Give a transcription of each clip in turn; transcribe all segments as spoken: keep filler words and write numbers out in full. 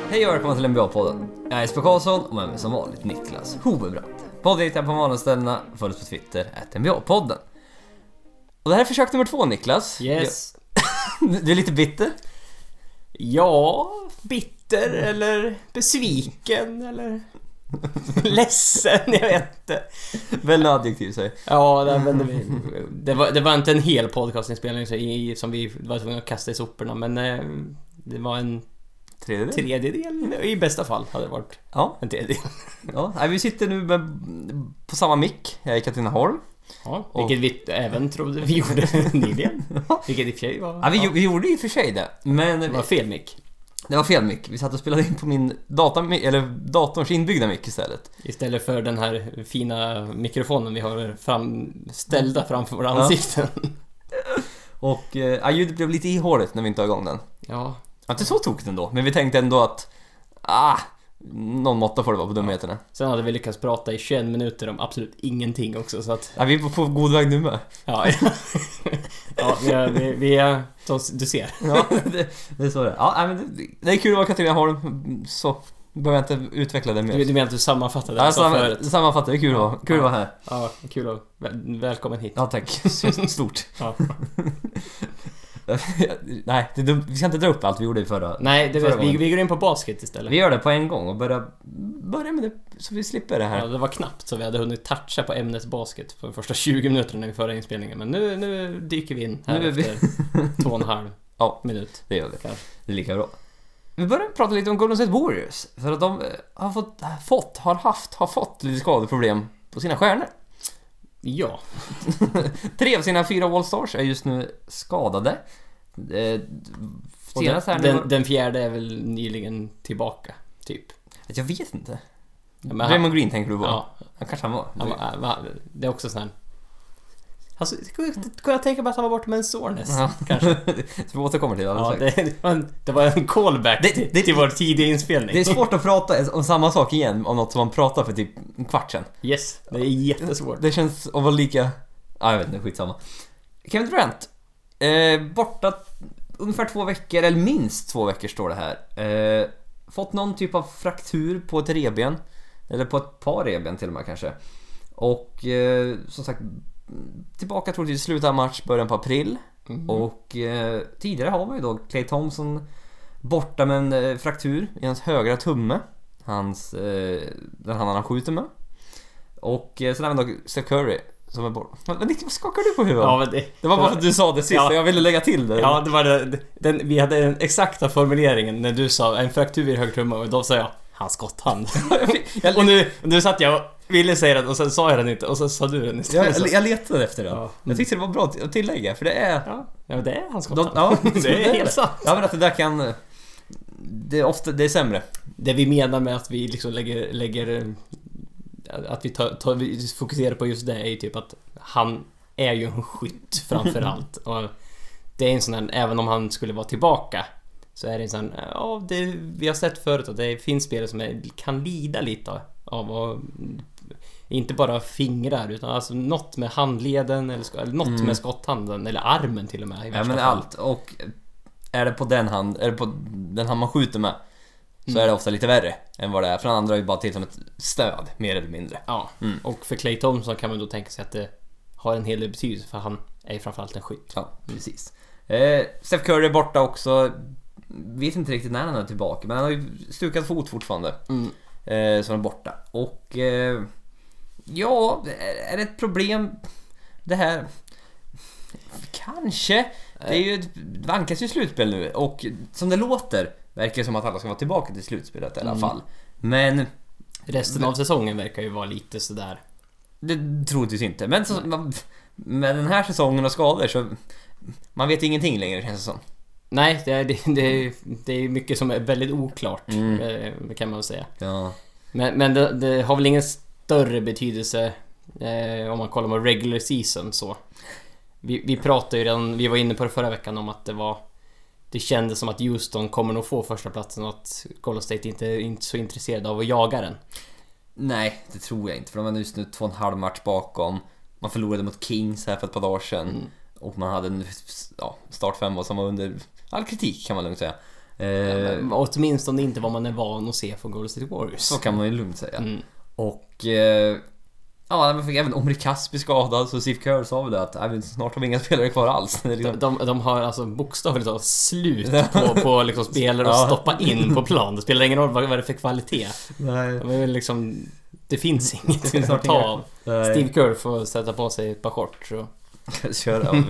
Hej och välkomna till N B A-podden. Jag är Jesper Karlsson och med mig som vanligt Niklas Hovebrant. Podddirektör på vanligställena, följ oss på Twitter, at N B A-podden. Och det här är försök nummer två, Niklas. Yes. Du är lite bitter? Ja, bitter eller besviken eller ledsen, jag vet inte. Väl adjektiv, säg. Ja, det, men det, det, var, det var inte en hel podcastinspelning så i, som vi var tvungna att kasta i soporna, men eh, det var en Tredjedel? tredjedel. I bästa fall hade det varit Ja. en tredjedel. Ja, vi sitter nu med, på samma mick. Jag är i Katrineholm. Ja, vilket vi även trodde vi gjorde nyligen. Vilket i och för sig var... Ja, vi, vi gjorde ju för sig det. Men Det var fel mick. det var fel mick. Vi satt och spelade in på min data, eller datorns inbyggda mick istället. Istället för den här fina mikrofonen vi har framställda framför våra ansikten. Och äh, ljudet blev lite ihåligt när vi inte har igång den. Ja. Inte så tokigt ändå, men vi tänkte ändå att ah, någon måtta får det vara på dumheterna. Sen hade vi lyckats prata i tjugoett minuter om absolut ingenting också, så att... Ja, vi är på god väg nu med. Ja, ja vi, är, vi, vi är... Du ser. Ja, det, det är så det är. Ja, men det, det är kul att vara Katrineholm, så behöver jag inte utveckla det mer. Du, du menar att du sammanfattade det? Ja, Alltså samma, förut. sammanfattar, det är kul, Ja, att, vara, kul ja. att vara här. Ja, kul att... Väl, välkommen hit. Ja, tack. Stort. Ja. Nej, det är dumt. Vi ska inte dra upp allt vi gjorde i förra. Nej, det förra vet, vi, gången. vi går in på basket istället. Vi gör det på en gång och börja, börja med det så vi slipper det här. Ja, det var knappt så vi hade hunnit toucha på ämnet basket på de första tjugo minuterna i förra inspelningen. Men nu, nu dyker vi in här Nu är vi- efter två och en halv Ja, minut. det gör vi. Kanske. Det är lika bra. Vi börjar prata lite om Golden State Warriors. För att de eh, har fått, fått, har haft, har fått lite skadeproblem på sina stjärnor. Ja. Tre av sina fyra All-Stars är just nu skadade. Eh, Och senast här den, nu den, var- den fjärde är väl nyligen tillbaka, typ. Jag vet inte. Ja, men han- Draymond Green tänker du på? Ja, Han kanske han var. han, var- han, var- det är också sån här... Alltså, skulle jag tänka mig att han var borta med en soreness, Ja. kanske. Så vi återkommer till det. Ja, Ja, det, det, var en, det var en callback Det- till, det- till vår tidiga inspelning. det är svårt att prata om samma sak igen om något som man pratar för typ en kvart sedan. Yes, det är jättesvårt. Det känns att vara lika... Ja, jag vet inte, skitsamma. Kevin Durant. Eh, borta ungefär två veckor, eller minst två veckor står det här. Eh, fått någon typ av fraktur på ett reben. Eller på ett par reben till och med kanske. Och eh, som sagt, tillbaka troligtvis slutet av match, början på april. Mm. Och eh, tidigare har vi ju då Klay Thompson borta med en eh, fraktur i hans högra tumme. Hans, eh, den han han skjuter med. Och eh, sen även då Steph Curry som är bort. Men Nick, vad skakar du på huvudet? Ja, men det, Det var bara för att du sa det sist, Ja. jag ville lägga till det. Ja, det var det, den, vi hade den exakta formuleringen när du sa en fraktur i högtrumma och då sa jag hans skotthand. jag, Och nu, nu satt jag och ville säga den och sen sa jag den inte och så sa du den jag, istället. jag, jag letade efter det. Ja. Jag tyckte det var bra att tillägga, för det är... Ja, ja, men det är hans De, skotthand. ja, Det är helt sant. Ja, men att det där kan... Det är ofta, det är sämre. Det vi menar med att vi liksom lägger, lägger att vi, tar, tar, vi fokuserar på just det är ju typ att han är ju en skytt framförallt. Och det är en sån här, även om han skulle vara tillbaka så är det en sån, ja, det, vi har sett förut att det finns spelare som är, kan lida lite av och inte bara fingrar utan alltså något med handleden eller, eller något Mm. med skotthanden eller armen till och med i Ja, värsta men fall. allt. Och är det på den hand, är det på den hand man skjuter med, så Mm. är det ofta lite värre än vad det är. För den andra är ju bara till som ett stöd, mer eller mindre. Ja, Mm. och för Klay Thompson kan man då tänka sig att det har en hel del betydelse för han är ju framförallt en skytt. Ja, precis. Eh, Steph Curry är borta också. Vet inte riktigt när han är tillbaka, men han har ju stukat fot fortfarande. Mm. Eh, så han är borta. Och eh, ja, är det ett problem det här? Kanske. Det är ju det vankas ju slutspel nu och som det låter verkar det som att alla ska vara tillbaka till slutspelet i alla Mm. fall. Men Resten av säsongen verkar ju vara lite sådär. det troligtvis inte. Men så, man, med den här säsongen och skador så man vet ingenting längre, känns det som. Nej, det är, det, det är, det är mycket som är väldigt oklart, Mm. eh, kan man väl säga. Ja. Men, men det, det har väl ingen större betydelse eh, om man kollar på regular season så. Vi, vi pratade ju redan, vi var inne på det förra veckan om att det var det kändes som att Houston kommer nog få första platsen och att Golden State inte är inte så intresserade av att jaga den. Nej, det tror jag inte. För de är just nu två och en halv match bakom. Man förlorade mot Kings här för ett par dagar sedan. Mm. Och man hade en ja, startfemma som var under all kritik, kan man lugnt säga. Ja, åtminstone inte vad man är van att se från Golden State Warriors. Så kan man ju lugnt säga. Mm. Och eh, ja, man fick även Omri Caspi skadad, så Steve Kerr sa väl det att äh, snart har vi inga spelare kvar alls. De, de, de har alltså bokstavligt talat slut på, på liksom spelare att stoppa in på plan. Det spelar ingen roll vad det är för kvalitet. Nej. Det, är liksom, det finns inget Det finns att ta av. Nej. Steve Kerr får sätta på sig ett par shorts och... Kör av. uh,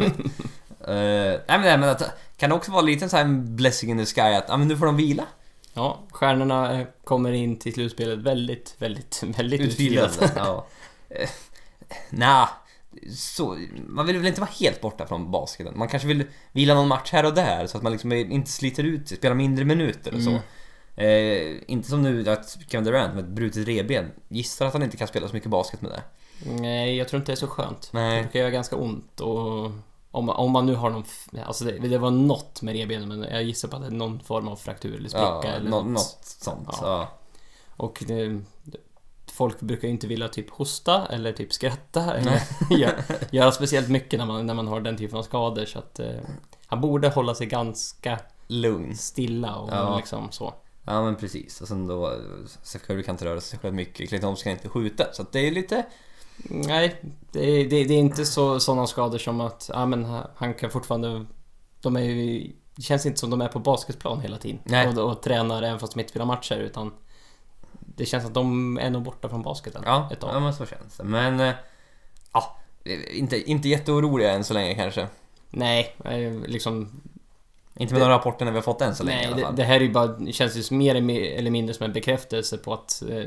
nej, men, nej, men att, kan det också vara lite så här en blessing in the sky att ah, men nu får de vila. Ja, stjärnorna kommer in till slutspelet väldigt, väldigt, väldigt utvilade. Ja. Uh, Nej, så man vill väl inte vara helt borta från basketen. Man kanske vill vila någon match här och där så att man liksom inte sliter ut sig, spelar mindre minuter och så. Mm. Uh, inte som nu att Kevin Durant med ett brutet revben. Gissar att han inte kan spela så mycket basket med det. Nej, jag tror inte det är så skönt. Nej. Det brukar göra ganska ont och om man, om man nu har någon, alltså det, det var något med revbenen, men jag gissar på att det är någon form av fraktur eller spricka Ja, eller något, något. något sånt. Ja. Ja. Och det, folk brukar ju inte vilja typ hosta eller typ skratta eller göra, göra speciellt mycket när man, när man har den typen av skador, så att eh, han borde hålla sig ganska Lugn. stilla och Ja. liksom så. Ja, men precis. Och sen då Steph Curry kan inte röra sig själv mycket. Clay Thompson kan inte skjuta. Så att det är lite... Nej, det är, det, det är inte så sådana skador som att ja, men han kan fortfarande, de är ju, det känns inte som de är på basketplan hela tiden. Nej. Och, och tränar även fast de inte spelar matcher, utan det känns att de är nog borta från basketen Ja, ett tag. ja, men så känns det. Men eh, ja, inte, inte jätteoroliga än så länge kanske. Nej, eh, liksom Inte med Det- de rapporterna vi har fått än så länge nej, i alla det, fall. det här är ju bara, känns ju mer eller mindre som en bekräftelse på att eh,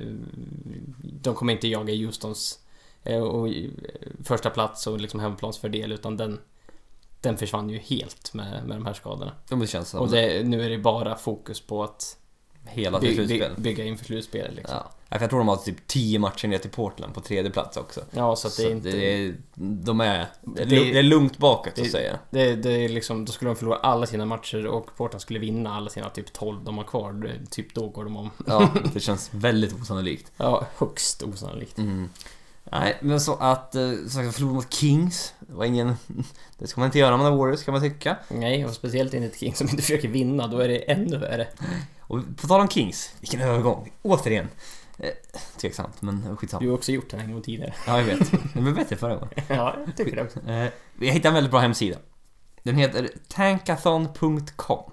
de kommer inte jaga Houstons eh, och, eh, första plats och liksom hemmaplansfördel, utan den den försvann ju helt med, med de här skadorna. Ja, men det känns som Och det, nu är det bara fokus på att hela till by, by, slutspel. bygga inför slutspelet liksom. Ja. Ja, för jag tror de har typ tio matcher ner till Portland på tredje plats också. Ja, så att det är Så inte... det är, de är, det är, Det- lu- det är lugnt bakåt så det- att säga. Det, det är liksom, då skulle de förlora alla sina matcher och Portland skulle vinna alla sina typ tolv de har kvar. Det- Typ då går de om. Ja, det känns väldigt osannolikt. Ja, högst osannolikt. Mm. Nej, men så att eh, så att förlora mot Kings, det var ingen... Det ska man inte göra med Warriors, kan man tycka. Nej, och speciellt in ett King som inte försöker vinna, då är det ännu värre. Och på tal om Kings, vilken övergång. Återigen. Eh, tveksamt, men skitsamma. Du har också gjort den en gång tidigare. Ja, jag vet. Det var bättre förra gången. Ja, jag tycker det också. Eh, jag hittade en väldigt bra hemsida. Den heter tankathon punkt com.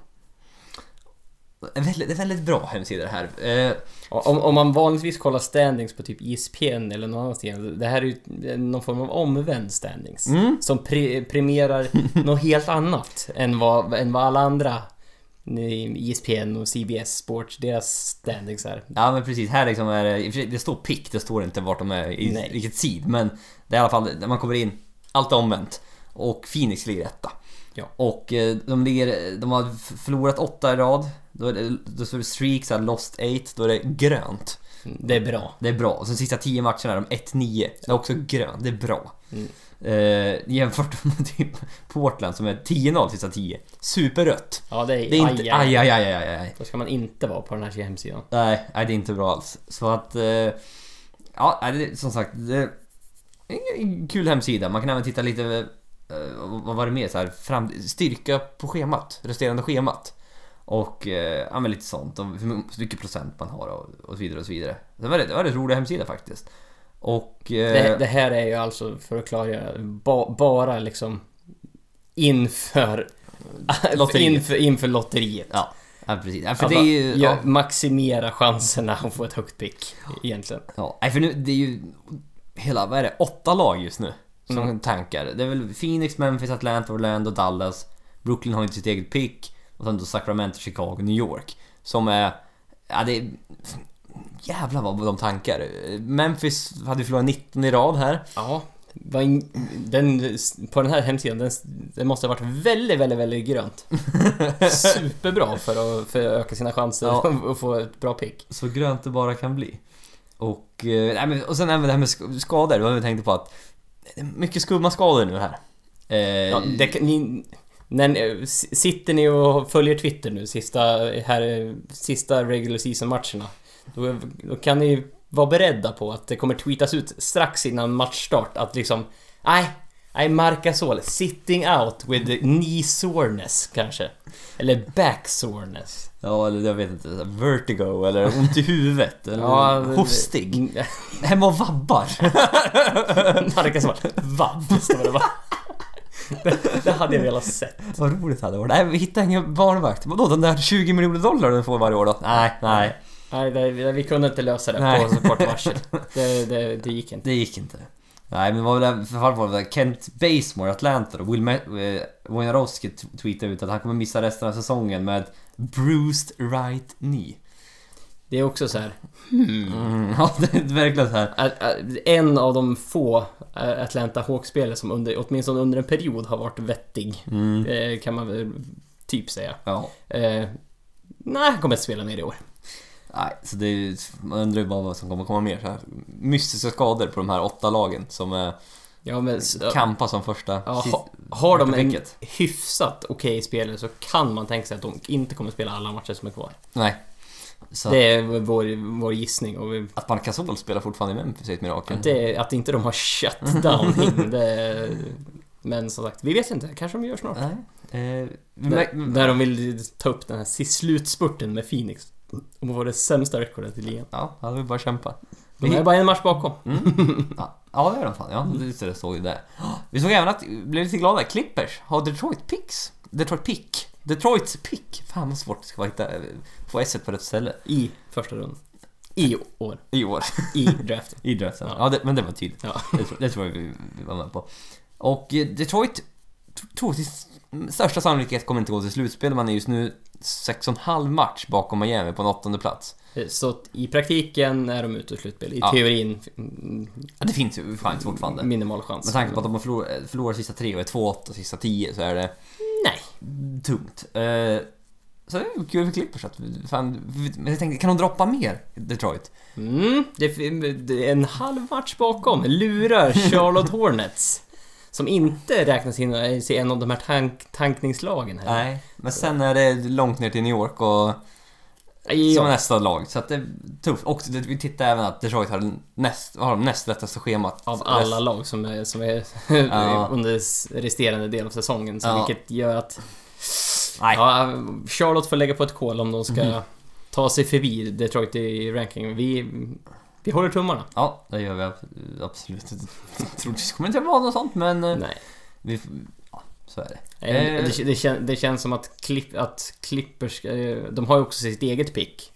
En väldigt, en väldigt bra hemsida det här. Eh, Om, om man vanligtvis kollar standings på typ E S P N eller någon annan, det här är ju någon form av omvänd standings. mm. Som pre- premierar något helt annat än vad, än vad alla andra E S P N och C B S Sports, deras standings är. Ja, men precis. Här liksom är det, i och för sig, det står pick, det står inte vart de är i Nej. vilket seed, men det är i alla fall när man kommer in, allt är omvänt. Och Phoenix ligger etta. Ja. Och eh, de ligger, de har f- förlorat åtta i rad. Då är det, då står det streaks, har lost eight, då är det grönt. Det är bra. Det är bra. Och sen sista tio matcherna är de ett nio. Det är också grönt, det är bra. Mm. Eh, jämfört med typ Portland som är tio noll sista tio. Superrött. Ja, det är, Det är inte, aj, aj, aj, aj, aj, aj, aj. Då ska man inte vara på den här hemsidan. Nej, nej, det är inte bra alls. Så att, eh, ja, nej, det, som sagt, det är en kul hemsida. Man kan även titta lite, eh, vad var det mer så här, fram, styrka på schemat, resterande schemat. Och, eh, ja, men lite sånt. Och hur mycket procent man har och, och så vidare och så vidare. Det var, det var en rolig hemsida faktiskt. Och, eh, Det, det här är ju alltså, för att klargöra, ba, bara liksom inför Lotteriet. inför, inför lotteriet. ja, ja, precis. Ja, för Alltså, det är ju, ja, ja, maximera chanserna att få ett högt pick egentligen. ja, nej, för nu, det är ju hela, vad är det, åtta lag just nu som Mm. tankar. Det är väl Phoenix, Memphis, Atlanta, Orlando, Dallas. Brooklyn har inte sitt eget pick. Och sen då Sacramento, Chicago, New York. Som är, ja, det är, jävlar vad de tankar. Memphis hade förlorat nitton i rad här. Ja, vad in, den, på den här hemsidan, den, det måste ha varit väldigt, väldigt, väldigt grönt. Superbra för att, för att öka sina chanser Ja. och få ett bra pick. Så grönt det bara kan bli. Och, eh, nej, men, och sen även det här med sk- skador. Då har vi tänkt på att det är mycket skumma skador nu här. Eh, Ja, det, kan- ni, när, ni- sitter ni och följer Twitter nu sista, här, sista regular season matcherna, då, då kan ni vara beredda på att det kommer tweetas ut strax innan matchstart att liksom, nej, Nej, Marc Gasol, sitting out with the knee soreness kanske. Eller back soreness. Ja, eller jag vet inte, vertigo eller ont i huvudet eller Ja, hostig. Hemma och vabbar. Marc Gasol, vabb står det va? Det, det hade jag velat sett. Vad roligt hade det varit. Nej, vi hittar ingen barnvakt. Vadå, den där tjugo miljoner dollar den får varje år då? Nej, nej. Nej, det, vi kunde inte lösa det Nej. på så kort varsel. Det, det, det gick inte. Det gick inte. Nej, men vad var det, för fall var det Kent Bazemore, Atlanta och Will Me- Wojnarowski tweetade ut att han kommer missa resten av säsongen med bruised right knee. Det är också så här. Hmm. Mm, ja, det är verkligen så här. En av de få Atlanta Hawks-spelare som under, åtminstone under en period har varit vettig. Mm. Kan man väl typ säga. Ja. Eh, nej, han kommer inte spela mer i år. Nej, så det är, man undrar ju bara vad som kommer komma mer så här. Mystiska skador på de här åtta lagen som är ja, men, kampa som första. Ja, ha, har de en hyfsat okej okay spelare så kan man tänka sig att de inte kommer spela alla matcher som är kvar. Nej. Så det är vår, vår gissning. Och vi, att Marc Gasol spelar fortfarande i Memphis är ett mirakel. Att, det, att inte de har shut down him. Det, men som sagt, vi vet inte. Kanske de gör snart. Nej. Eh, när, när de vill ta upp den här slutspurten med Phoenix. Om att vara det sämsta rekordet i ligan. Ja, då vill bara kämpa. De är bara en match bakom. Mm. Ja, ja, det är de fan. Ja, det, det såg ju det. Vi såg även att, blev lite glada, Clippers har Detroit picks. Detroit pick. Detroits pick. Fan vad svårt det ska vara hitta, få esset på rätt ställe. I första rundan. I år. I år. I draften. I draften. Ja, ja det, men det var tydligt. Ja. Det, det tror jag vi, vi var med på. Och Detroit tror till största sannolikhet kommer inte gå till slutspel. Man är just nu sex och en halv match bakom Miami på en åttonde plats. Så i praktiken är de ute i slutspel. I ja. teorin ja, det finns ju chans fortfarande. Minimal chans. Med tanke på att de har förlorat, förlorat sista tre och är två åtta sista tio så är det nej tungt. Uh, så det är kul för Clippers att fan, men jag tänkte, kan de droppa mer Detroit? Mm, det, det är en halv match bakom. Lurar Charlotte Hornets. Som inte räknas in i en av de här tank, tankningslagen här. Nej, men sen är det långt ner till New York och ja. Som nästa lag. Så att det är tufft. Och vi tittar även att Detroit har näst, har de näst lättaste schemat. Av alla rest... lag som är, som är ja. under resterande del av säsongen. Så ja. Vilket gör att nej. Ja, Charlotte får lägga på ett kol om de ska mm. ta sig förbi Detroit i rankingen. Vi... Vi håller tummarna. Ja, det gör vi absolut. Jag tror det kommer inte vara något sånt, men nej. Vi, ja, så är det. Det, det, det, kän, det känns som att, klipp, att Clippers, de har ju också sitt eget pick.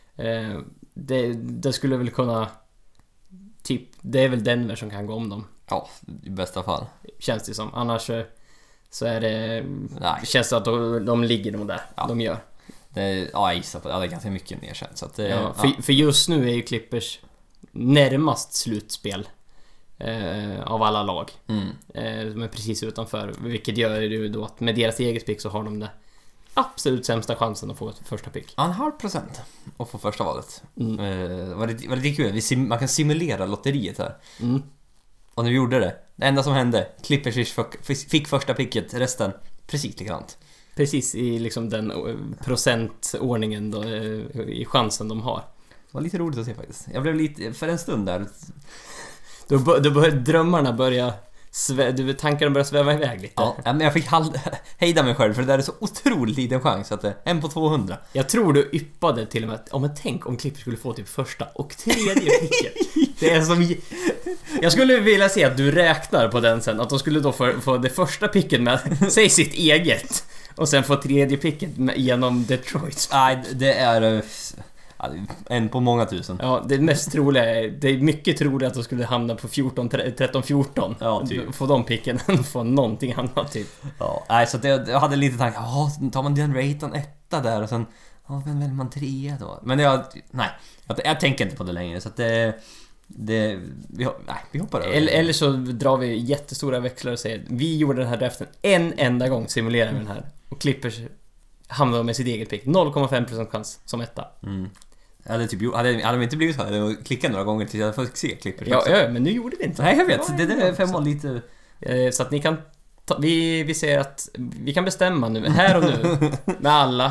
Det, det skulle väl kunna typ, det är väl Denver som kan gå om dem. Ja, i bästa fall. Känns det som. Annars så är det nej. Känns det att de, de ligger nog där. Ja. De gör. Det, ja, jag gissar på det. Ja, det är ganska mycket mer känt, så att det, ja, för, ja. för just nu är ju Clippers närmast slutspel eh, av alla lag. Mm. Eh, de är precis utanför, vilket gör ju då att med deras eget pick så har de det absolut sämsta chansen att få ett första pick. En halv procent att få första valet. Mm. Eh, var det, var det kul? Vi sim- man kan simulera lotteriet här. Mm. Och när vi gjorde det, det enda som hände, Clippers fick, fick första picket, resten precis likadant. Precis i liksom den procentordningen då, i chansen de har. Det var lite roligt att se faktiskt. Jag blev lite, för en stund där. Då, då började drömmarna börja svä, tankarna började sväva iväg lite. Ja, men jag fick hall, hejda mig själv för det där är så otroligt liten chans att det en på tvåhundra. Jag tror du yppade till och med att, ja, men tänk om Clippers skulle få typ första och tredje picket. Det är som... Jag skulle vilja se att du räknar på den sen. Att de skulle då få, få det första picket med, säg sitt eget. Och sen få tredje picket med, genom Detroit. Nej, det är en på många tusen. Ja, det mest troliga är, det är mycket troligt att de skulle hamna på fjorton, tretton fjorton. Ja, typ. Få de picken än få någonting annat typ. Ja, nej, så det, jag hade lite tanke, ja, tar man den Rayton etta där och sen, ja, vem väljer man trea då? Men jag, nej, jag, jag tänker inte på det längre, så att det... Det, vi, nej, vi hoppar över. Eller, eller så drar vi jättestora växlar och säger vi gjorde den här draften en enda gång, simulerar vi den här. Och Clippers hamnar med sitt eget pick, noll komma fem procent chans som etta. Mm. Hade, typ, hade, hade vi inte blivit så här, hade klickat några gånger tills jag fick se Clippers. Ja, ja, men nu gjorde vi inte. Nej, jag vet, ja, det, det är fem år lite... Så att ni kan ta, vi, vi säger att vi kan bestämma nu, här och nu med alla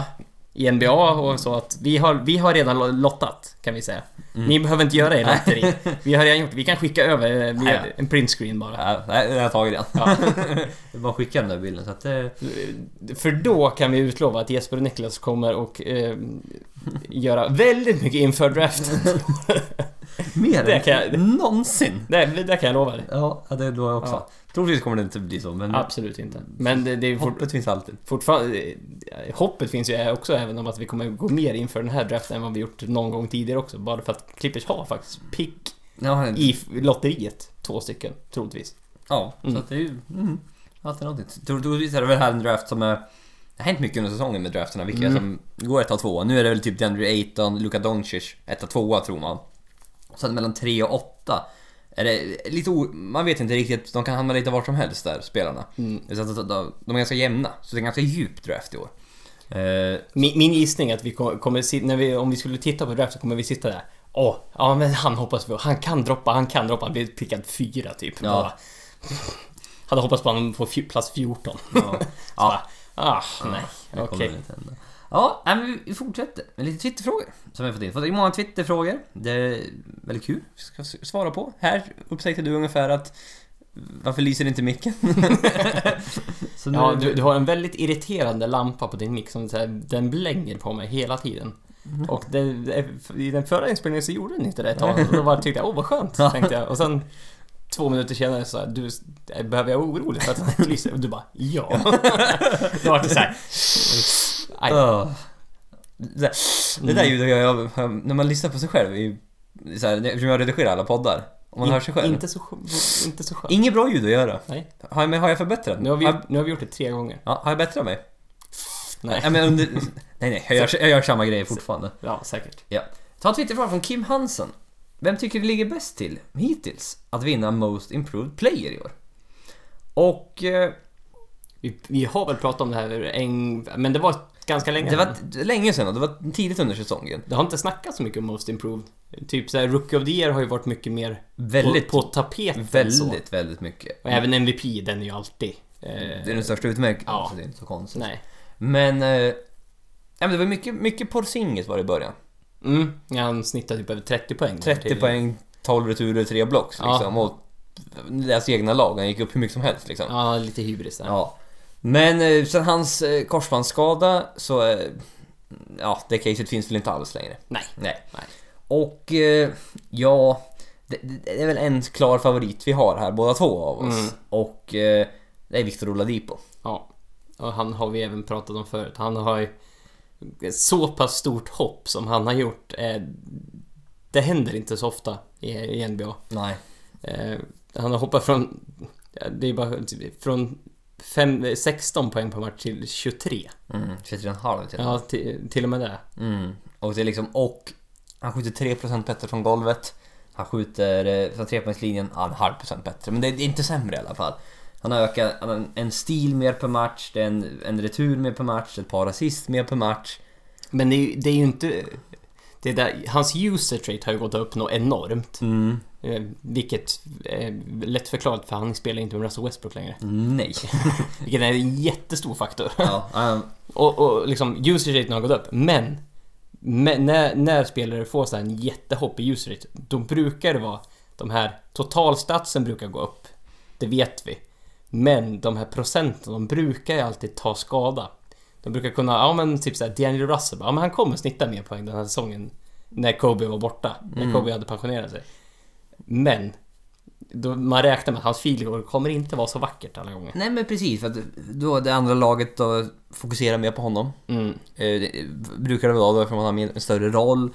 i N B A och så att vi har, vi har redan lottat, kan vi säga. Mm. Ni behöver inte göra er lotteri. Vi har redan gjort, vi kan skicka över via Ja, ja. en printscreen bara. Ja, nej, det har jag tagit redan. Ja. Det är bara att skicka den där bilden så att det... För då kan vi utlova att Jesper och Niklas kommer och eh, göra väldigt mycket inför draften. Mer Det än kan jag- någonsin. Det, det kan jag lova dig. Ja, det är då också. Ja. Troligtvis kommer det inte bli så, men Absolut inte. Men det, det är fort, hoppet finns alltid. fortfarande... Hoppet finns ju också även om att vi kommer gå mer inför den här draften än vad vi gjort någon gång tidigare också. Bara för att Clippers har faktiskt pick Ja, i lotteriet. Två stycken, troligtvis. ja Mm. så att det är ju... Mm, alltid någonting. Troligtvis är det väl här en draft som är... Det har hänt mycket under säsongen med drafterna. Vilka Mm. som går ett av två. Nu är det väl typ DeAndre Ayton, Luka Doncic, ett av tvåa tror man. Sen mellan tre och åtta är det lite o... Man vet inte riktigt. De kan hamna lite vart som helst där, spelarna. Mm. Så att de de är ganska jämna. Så det är en ganska djup draft i år. Eh, Min, min gissning är att vi kommer, kommer sit- när vi, om vi skulle titta på draft så kommer vi sitta där. Åh, ja men han hoppas på, han kan droppa, han kan droppa, han blir pickad fyra typ. Ja. Bara. Hade hoppats på honom på fj- plats fjorton. ja. Ja. Ah, nej, det kommer okej. väl inte hända. Ja, nej, men vi fortsätter med lite Twitterfrågor som vi har fått in. Fått in många Twitterfrågor. Det är väldigt kul. Vi ska s- svara på. Här upptäckte du ungefär att varför lyser inte micken? Så nu, Ja, du, du har en väldigt irriterande lampa på din mick som så här, den blänger på mig hela tiden. Mm. Och det, det, i den förra inspelningen så gjorde den inte det ett tag. Och då var, tyckte jag, åh vad skönt, Ja. tänkte jag. Och sen två minuter senare så här, du, behöver jag vara orolig för att den inte lyser? Och du bara, ja. Då var det så här. Aj. Åh. Det, det där ljudet gör jag när man lyssnar på sig själv i, så här, eftersom jag redigerar alla poddar. Om man In- hör sig själv. Inte så, skö- inte så skönt. Inget bra ljud att göra. Nej. Har jag, men har jag förbättrat? Nu har, vi, Har, nu har vi gjort det tre gånger. ja, har jag bättrat mig? Nej. Nej, men under, nej, nej jag, gör, jag gör samma grej fortfarande. Ja, säkert. Ja. Ta en Twitterfråga från Kim Hansen. Vem tycker det ligger bäst till hittills att vinna Most Improved Player i år? Och eh, Vi, vi har väl pratat om det här en, men det var ganska länge det var sedan. t- länge sedan och det var tidigt under säsongen. Det har inte snackats så mycket om Most Improved. Typ så här, Rookie of the Year har ju varit mycket mer Väldigt, på, på tapeten. väldigt, Så. väldigt mycket. Och även M V P, den är ju alltid... Eh, Det är den största utmärkelsen, Ja. så det är inte så konstigt. Nej. Men, eh, ja, men det var mycket, mycket Porzingis var det i början. Mm, han snittar typ över trettio poäng. trettio till- poäng, tolv returer, tre blocks Ja. liksom. Och deras egna lag, han gick upp hur mycket som helst liksom. Ja, lite hybris där. Ja. Men eh, sen hans eh, korsbandsskada så eh, ja, det caset finns väl inte alls längre. Nej. Nej. Nej. Och eh, ja, det, det är väl en klar favorit vi har här båda två av oss. Mm. Och eh, det är Victor Oladipo. Ja. Och han har vi även pratat om förut. Han har ju så pass stort hopp som han har gjort. Eh, det händer inte så ofta i, i N B A. Nej. Eh, han har hoppat från det är bara från fem, sexton poäng per match till tjugotre. Mm, tjugotre komma fem till. Ja, till, till och med det. Mm. Och det är liksom, och han skjuter tre procent bättre från golvet. Han skjuter eh, från trepoängslinjen, ja, en halv procent bättre. Men det är inte sämre i alla fall. Han har ökat han har en, en stil mer per match, det är en, en retur mer per match, ett par assist mer per match. Men det är, ju- det är ju inte det där, hans usage rate har ju gått upp något enormt. Mm. Eh, vilket är lätt förklarat för han spelar inte med Russell Westbrook längre. Nej. Vilket är en jättestor faktor. Ja, um, och, och liksom usage raten har gått upp. Men, men när, när spelare får så här en jättehopp i usage rate, då brukar det vara de här totalstatsen brukar gå upp. Det vet vi. Men de här procenten, de brukar ju alltid ta skada. De brukar kunna, ja men typ såhär D'Angelo Russell, ja men han kommer snitta mer poäng den här säsongen när Kobe var borta, när Mm. Kobe hade pensionerat sig. Men då man räknar med att hans field goal kommer inte vara så vackert alla gånger. nej men precis, för att då det andra laget då fokuserar mer på honom. Mm. Eh, det brukar det väl vara då för man har mer- en större roll.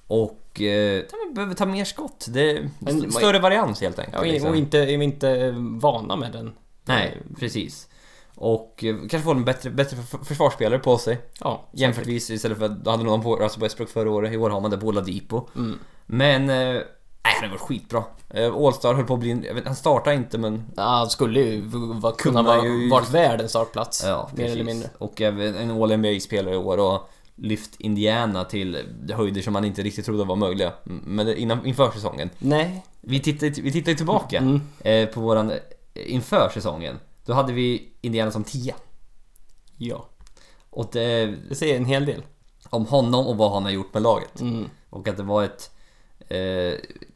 Och eh, man behöver ta mer skott. Det är Men- st- större varians helt enkelt. Ja, och, liksom. och inte, är vi inte vana med den. Nej, precis. Och eh, kanske får en bättre, bättre för- försvarsspelare på sig. Ja, Jämförtvis istället för att då hade någon på Russell Westbrook förra året. I år har man det på Oladipo. Mm. Men, eh, nej det var skitbra. Eh, All-Star höll på att bli en, jag vet, han startade inte men... Ja, han skulle ju v- va, kunna Kunna vara, ju- varit värd en startplats. Ja, mer precis. eller mindre. Och även en All-N B A-spelare i år och lyft Indiana till höjder som man inte riktigt trodde var möjliga. Men det- innan, inför säsongen. Nej. Vi tittar, vi tittar tillbaka Mm. eh, på våran eh, inför säsongen. Då hade vi Indiana som tia. Ja, Och det, det säger en hel del. om honom och vad han har gjort med laget. Mm. Och att det var ett eh,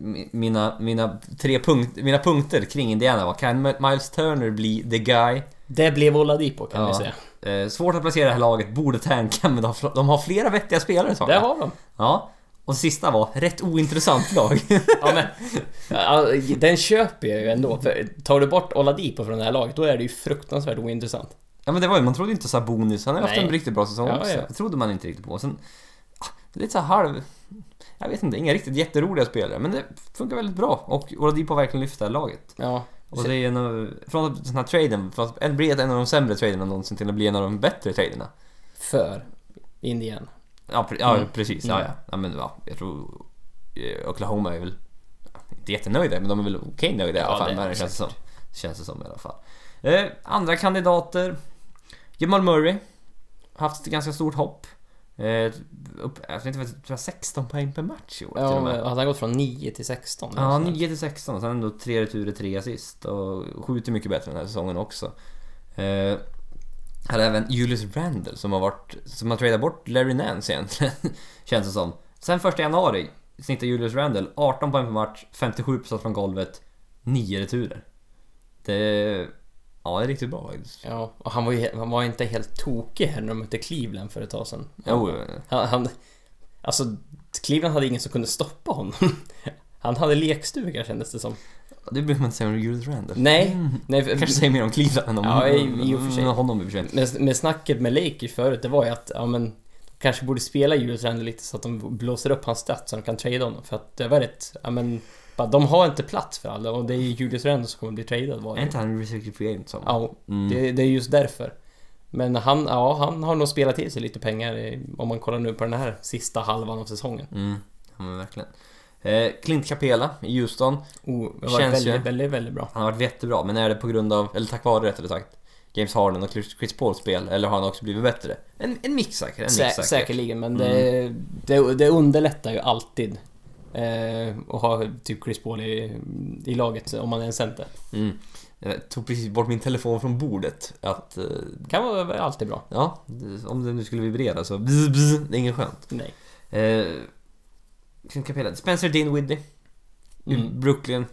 mina, mina tre punkt, mina punkter kring Indiana var: kan Miles Turner bli the guy? Det blev Oladipo kan Ja. vi säga. Eh, svårt att placera det här laget, borde tanka, men de har, de har flera vettiga spelare, sa Det jag. har de. Ja. Och sista var rätt ointressant lag. Ja, men, ja, den köper jag ju ändå. För tar du bort Oladipo från det här laget, då är det ju fruktansvärt ointressant. Ja, men det var ju, man trodde inte Sabonis, han har haft Nej. en riktigt bra säsong Ja, också. ja. Det trodde man inte riktigt på. Sen, ah, lite så här halv, jag vet inte, inga riktigt jätteroliga spelare, men det funkar väldigt bra. Och Oladipo verkligen lyfter det här laget. Ja. Och det är en av, från den här traden, från att bli en av de sämre traderna någonsin till att bli en av de bättre traderna. För Indiana. Ja, pre- ja Mm. precis, ja, Mm. ja. ja men, ja, jag tror eh, Oklahoma är väl inte jättenöjda, men de är väl okej nöjda i alla Ja, fall, det är men det de känns det som. Känns det som i alla fall. Eh, andra kandidater: Jamal Murray, haft ett ganska stort hopp. Eh, upp, jag vet inte vad det var, sexton poäng per match i år till och Ja, med. han har gått från nio till sexton. Ja, nio till sexton, sen ändå tre returer, tre assist och skjuter mycket bättre den här säsongen också. Eh, här är även Julius Randle som har varit, som har tradat bort Larry Nance egentligen, känns det som. Sen första januari snittar Julius Randle arton poäng per match, femtiosju procent från golvet, nio returer. Det, ja, det är riktigt bra faktiskt. Ja, och han var ju han var inte helt tokig här när de mötte Cleveland för ett tag sedan. Jo, Han, han, alltså, Cleveland hade ingen som kunde stoppa honom. Han hade lekstuga, kändes det som. det behöver man inte säga om Julius Randle. Nej, Mm. nej för, Kanske säger mer om Cleveland än om Ja, i- i och för sig. honom i och för sig. med, med snacket med Lakers förut, det var ju att ja, men, de kanske borde spela Julius Randle lite så att de blåser upp hans stats så de kan trade honom. För att det var rätt, ja men, bara, de har inte plats för alla och det är ju Julius Randle som kommer bli tradad. Var Är det. inte han en restricted free agent som? Ja, Mm. det, det är just därför. Men han, ja, han har nog spelat till sig lite pengar i- om man kollar nu på den här sista halvan av säsongen. Mm, ja, men verkligen. Eh, Clint Capela i Houston. Oh, det var Känns väldigt, ju- väldigt, väldigt bra. Han har varit jättebra, men är det på grund av, eller tack vare rättare sagt, James Harden och Chris Pauls spel, eller har han också blivit bättre? En, en mix säkert, en mix Sä- säkert. säkerligen, men det, det, det underlättar ju alltid eh, att ha typ Chris Paul i, i laget om man är en center. Mm. Jag tog precis bort min telefon från bordet. Att, eh, Kan vara alltid bra. ja, det- om det nu skulle vibrera så bzz, bzz, det är inget skönt. Nej. Eh, Clint Capela. Spencer Dinwiddie i Mm. Brooklyn.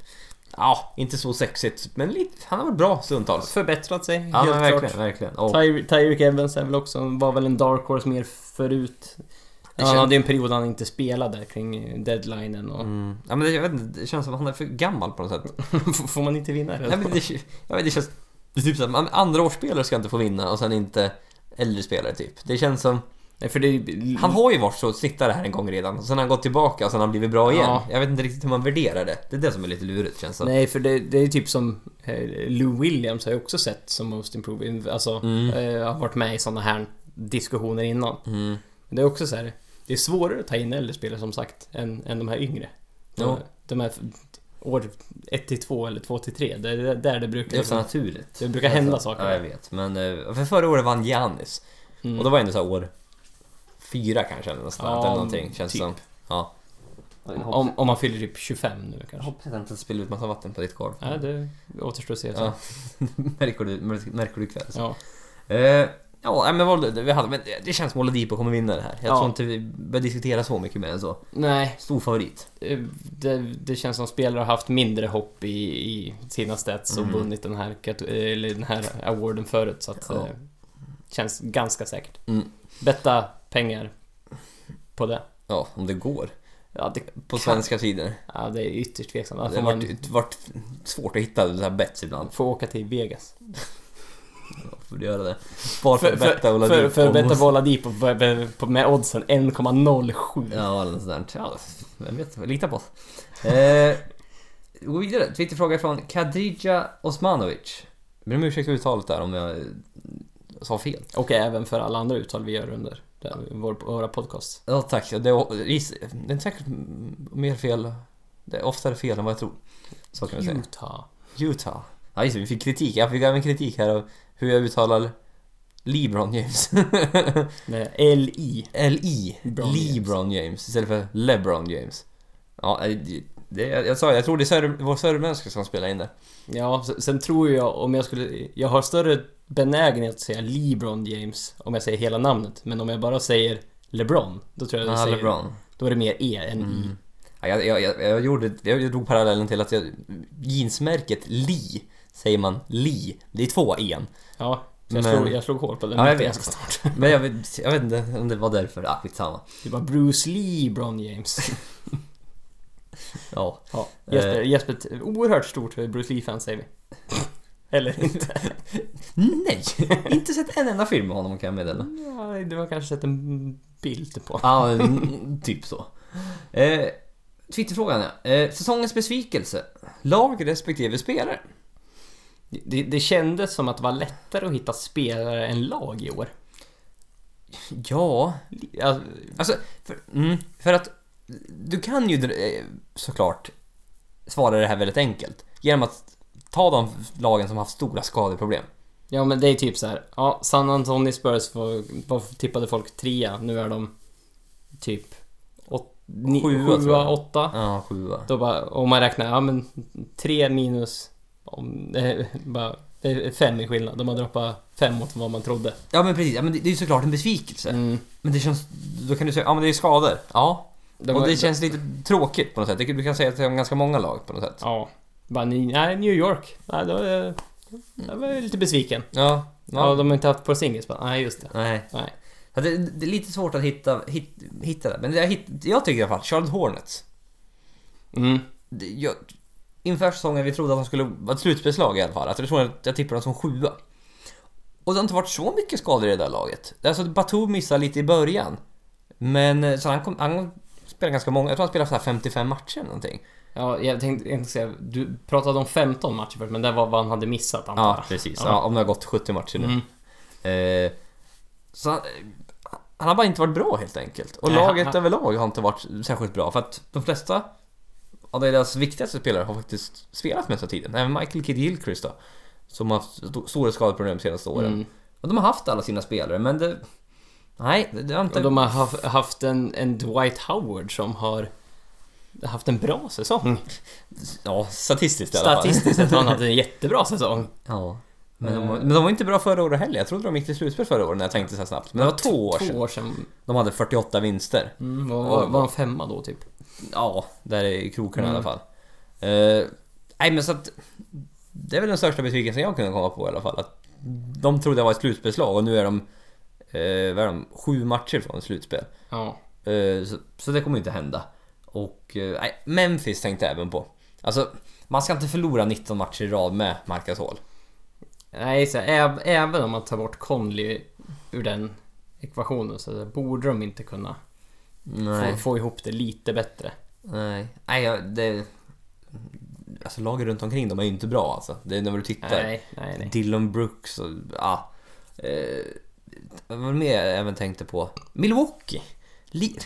Ja, inte så sexigt, men lite, han har varit bra stundtals. Förbättrat sig, Ja, helt men klart. verkligen, verkligen. Och, Ty- Tyreek Evans är väl också, var väl en dark horse mer förut. Ja, han känns- hade ju en period han inte spelade kring deadlinen och mm, ja, men det, jag vet inte, det känns som att han är för gammal på något sätt. får man inte vinna det? Nej, men det, jag vet, det känns det är typ så att man- andra årsspelare ska inte få vinna och sen inte äldre spelare typ. Det känns som, Nej, för det är, han har ju varit så snittare här en gång redan och sen har han gått tillbaka och sen har han blivit bra igen. Ja. Jag vet inte riktigt hur man värderar det. Det är det som är lite lurigt, känns som. Nej, för det, det är typ som eh, Lou Williams har jag också sett som most improved. Alltså, Mm. eh, har varit med i såna här diskussioner innan. Mm. Men det är också så här, det är svårare att ta in äldre spelare som sagt än, än de här yngre. De, Ja. de här år ett till två eller två till tre, det är där det brukar Det är så liksom, naturligt. det brukar hända saker. Ja, jag vet. Men eh, för förra året vann Giannis. Mm. Och då var det ändå så här år fyra kanske eller något sånt, Ja, eller någonting, känns typ. som. Ja. om, om man fyller typ tjugofem nu Jag kanske. hoppas att jag inte spiller ut massa vatten på ditt golv. Ja, det återstår att se. Ja. märker du, märker du ikväll? Ja. Eh, ja, nej, men vad vi hade, men det känns som Oladipo kommer vinna det här. Jag Ja. tror inte vi börjar diskutera så mycket mer än så. Nej, Stor favorit. eh, det, det känns som spelare har haft mindre hopp i, i sina stats och Mm. vunnit den här, kat- eller den här awarden förut. Så att Ja. eh, känns ganska säkert. Mm. Betta pengar på det. Ja, om det går. Ja, det, På svenska sidor. ja, det är ytterst tveksamt. Där Det får har man varit, varit svårt att hitta det här bets ibland. få åka till Vegas. Ja, får du göra det. Bara för För, att för, betta Oladipo. för, för att betta på Oladipo på, på, med oddsen en komma noll sju. Ja, eller något sånt där. Ja, vem vet, lita på oss. Eh, gå vidare. Twitterfråga från Kadrija Osmanovic. Jag ber om ursäkt för uttalet där om jag eh, sa fel. Och även för alla andra uttal vi gör under där, vår, våra podcasts. Ja, tack. Det är, det är säkert mer fel. Det är oftare fel än vad jag tror. Så kan vi säga. Utah. Utah. Ja, just det, vi fick kritik. Jag fick även kritik här av hur jag uttalar LeBron James. Med L I. L-I. LeBron LeBron James istället för LeBron James. Ja, det, det, jag sa jag tror det är sör, vår sörmänniska som spelar in det. Ja, sen, sen tror jag om jag skulle... Jag har större benägenhet att säga LeBron James om jag säger hela namnet. Men om jag bara säger LeBron, då tror jag Ja, du säger, LeBron. då är det mer E än Mm. I. Ja, jag, jag, jag, jag, gjorde, jag drog parallellen till att jag, jeansmärket Lee, säger man Lee, det är två en. Ja, så jag, Men- slog, jag slog hål på den Ja, jag mitten vet. ganska snart. Men jag vet, jag vet inte om det var därför. Ah, skitsamma. Det var Bruce Lee, Bron James. Ja. Ja, Jesper, Eh. Jesper, ett oerhört stort Bruce Lee-fan säger vi. Eller inte. Nej, inte sett en enda film med honom kan jag meddela. Ja, du har kanske sett en bild på. Ja, mm, typ så. Eh, Twitterfrågan ja. Eh, säsongens besvikelse. Lag respektive spelare. Det, det kändes som att det var lättare att hitta spelare än lag i år. Ja, Ja, alltså för, mm, för att du kan ju eh, såklart svara det här väldigt enkelt genom att ta de lagen som har haft stora skadeproblem. ja, men det är typ så här. Ja, San Antonio Spurs var, var tippade folk trea. Nu är de typ åt, ni, Sjua, tror sjua, jag. åtta. Ja, sjua. Då bara, om man räknar, ja men tre minus om, eh, bara, det är fem i skillnad. De har droppat fem mot vad man trodde. Ja men precis, ja, men det, det är ju såklart en besvikelse. Mm. Men det känns, då kan du säga, ja men det är skador. Ja. De och har- det känns lite tråkigt på något sätt. Du kan säga att det är ganska många lag på något sätt. Ja, bara, ni- nej, New York. Nej, då är jag, jag var lite besviken. Ja. Ja, Ja. de har inte haft Porzingis. Bara, nej, just det. Nej. Nej. Ja, det, det är lite svårt att hitta, hit, hitta det. Men jag, hitt, jag tycker i alla fall, Charlotte Hornets. Mm. Det, jag, inför säsongen vi trodde att de skulle vara ett slutspelslag i alla fall. Att jag tror att jag tippade dem som sjua. Och det har inte varit så mycket skador i det där laget. Alltså Batum missade lite i början. Men så han, kom, han spelade ganska många. Jag tror han spelade så här femtiofem matcher eller någonting. Ja, jag tänkte, jag tänkte säga, du pratade om femton matcher först, men det var vad han hade missat, antar jag. Ja, precis. Ja. Ja, om det har gått sjuttio matcher nu. Mm. Eh, så han, han har bara inte varit bra helt enkelt. Och Nej, laget han- överlag har inte varit särskilt bra. För att de flesta av deras viktigaste spelare har faktiskt spelat mesta tiden. Även Michael Kidd-Gilchrist då, som har haft st- stora skadeproblem de senaste åren. Mm. Och de har haft alla sina spelare, men det... Nej, det, det har inte... Och de har haft, haft en, en Dwight Howard som har haft en bra säsong. Ja, statistiskt i alla fall. Statistiskt sett har han haft en jättebra säsong. Ja. Men de, var- men de var inte bra förra året heller. Jag trodde de gick till slutspel förra året när jag tänkte så här snabbt. Men det var två år Två sedan. år sedan. De hade fyrtioåtta vinster. Mm, var, var, var en femma då typ. Ja, där är i krokarna Mm. i alla fall. Eh, nej men så att det är väl den största besvikelsen jag kunde komma på i alla fall. Att de trodde det var ett slutspelslag och nu är de, eh, vad är de sju matcher från ett slutspel. Ja. Eh, så, så det kommer inte hända. Och eh, nej, Memphis tänkte jag även på. Alltså, man ska inte förlora nitton matcher i rad med Marc Gasol. Nej, så äv, även om man tar bort Conley ur den ekvationen så borde de inte kunna Nej. få, få ihop det lite bättre. Nej, nej jag- det... Alltså laget runt omkring dem är ju inte bra alltså. Det är när du tittar. Nej, nej, nej. Dylan Brooks och... Ja. Eh, vad var det mer jag även tänkte på? Milwaukee. Li-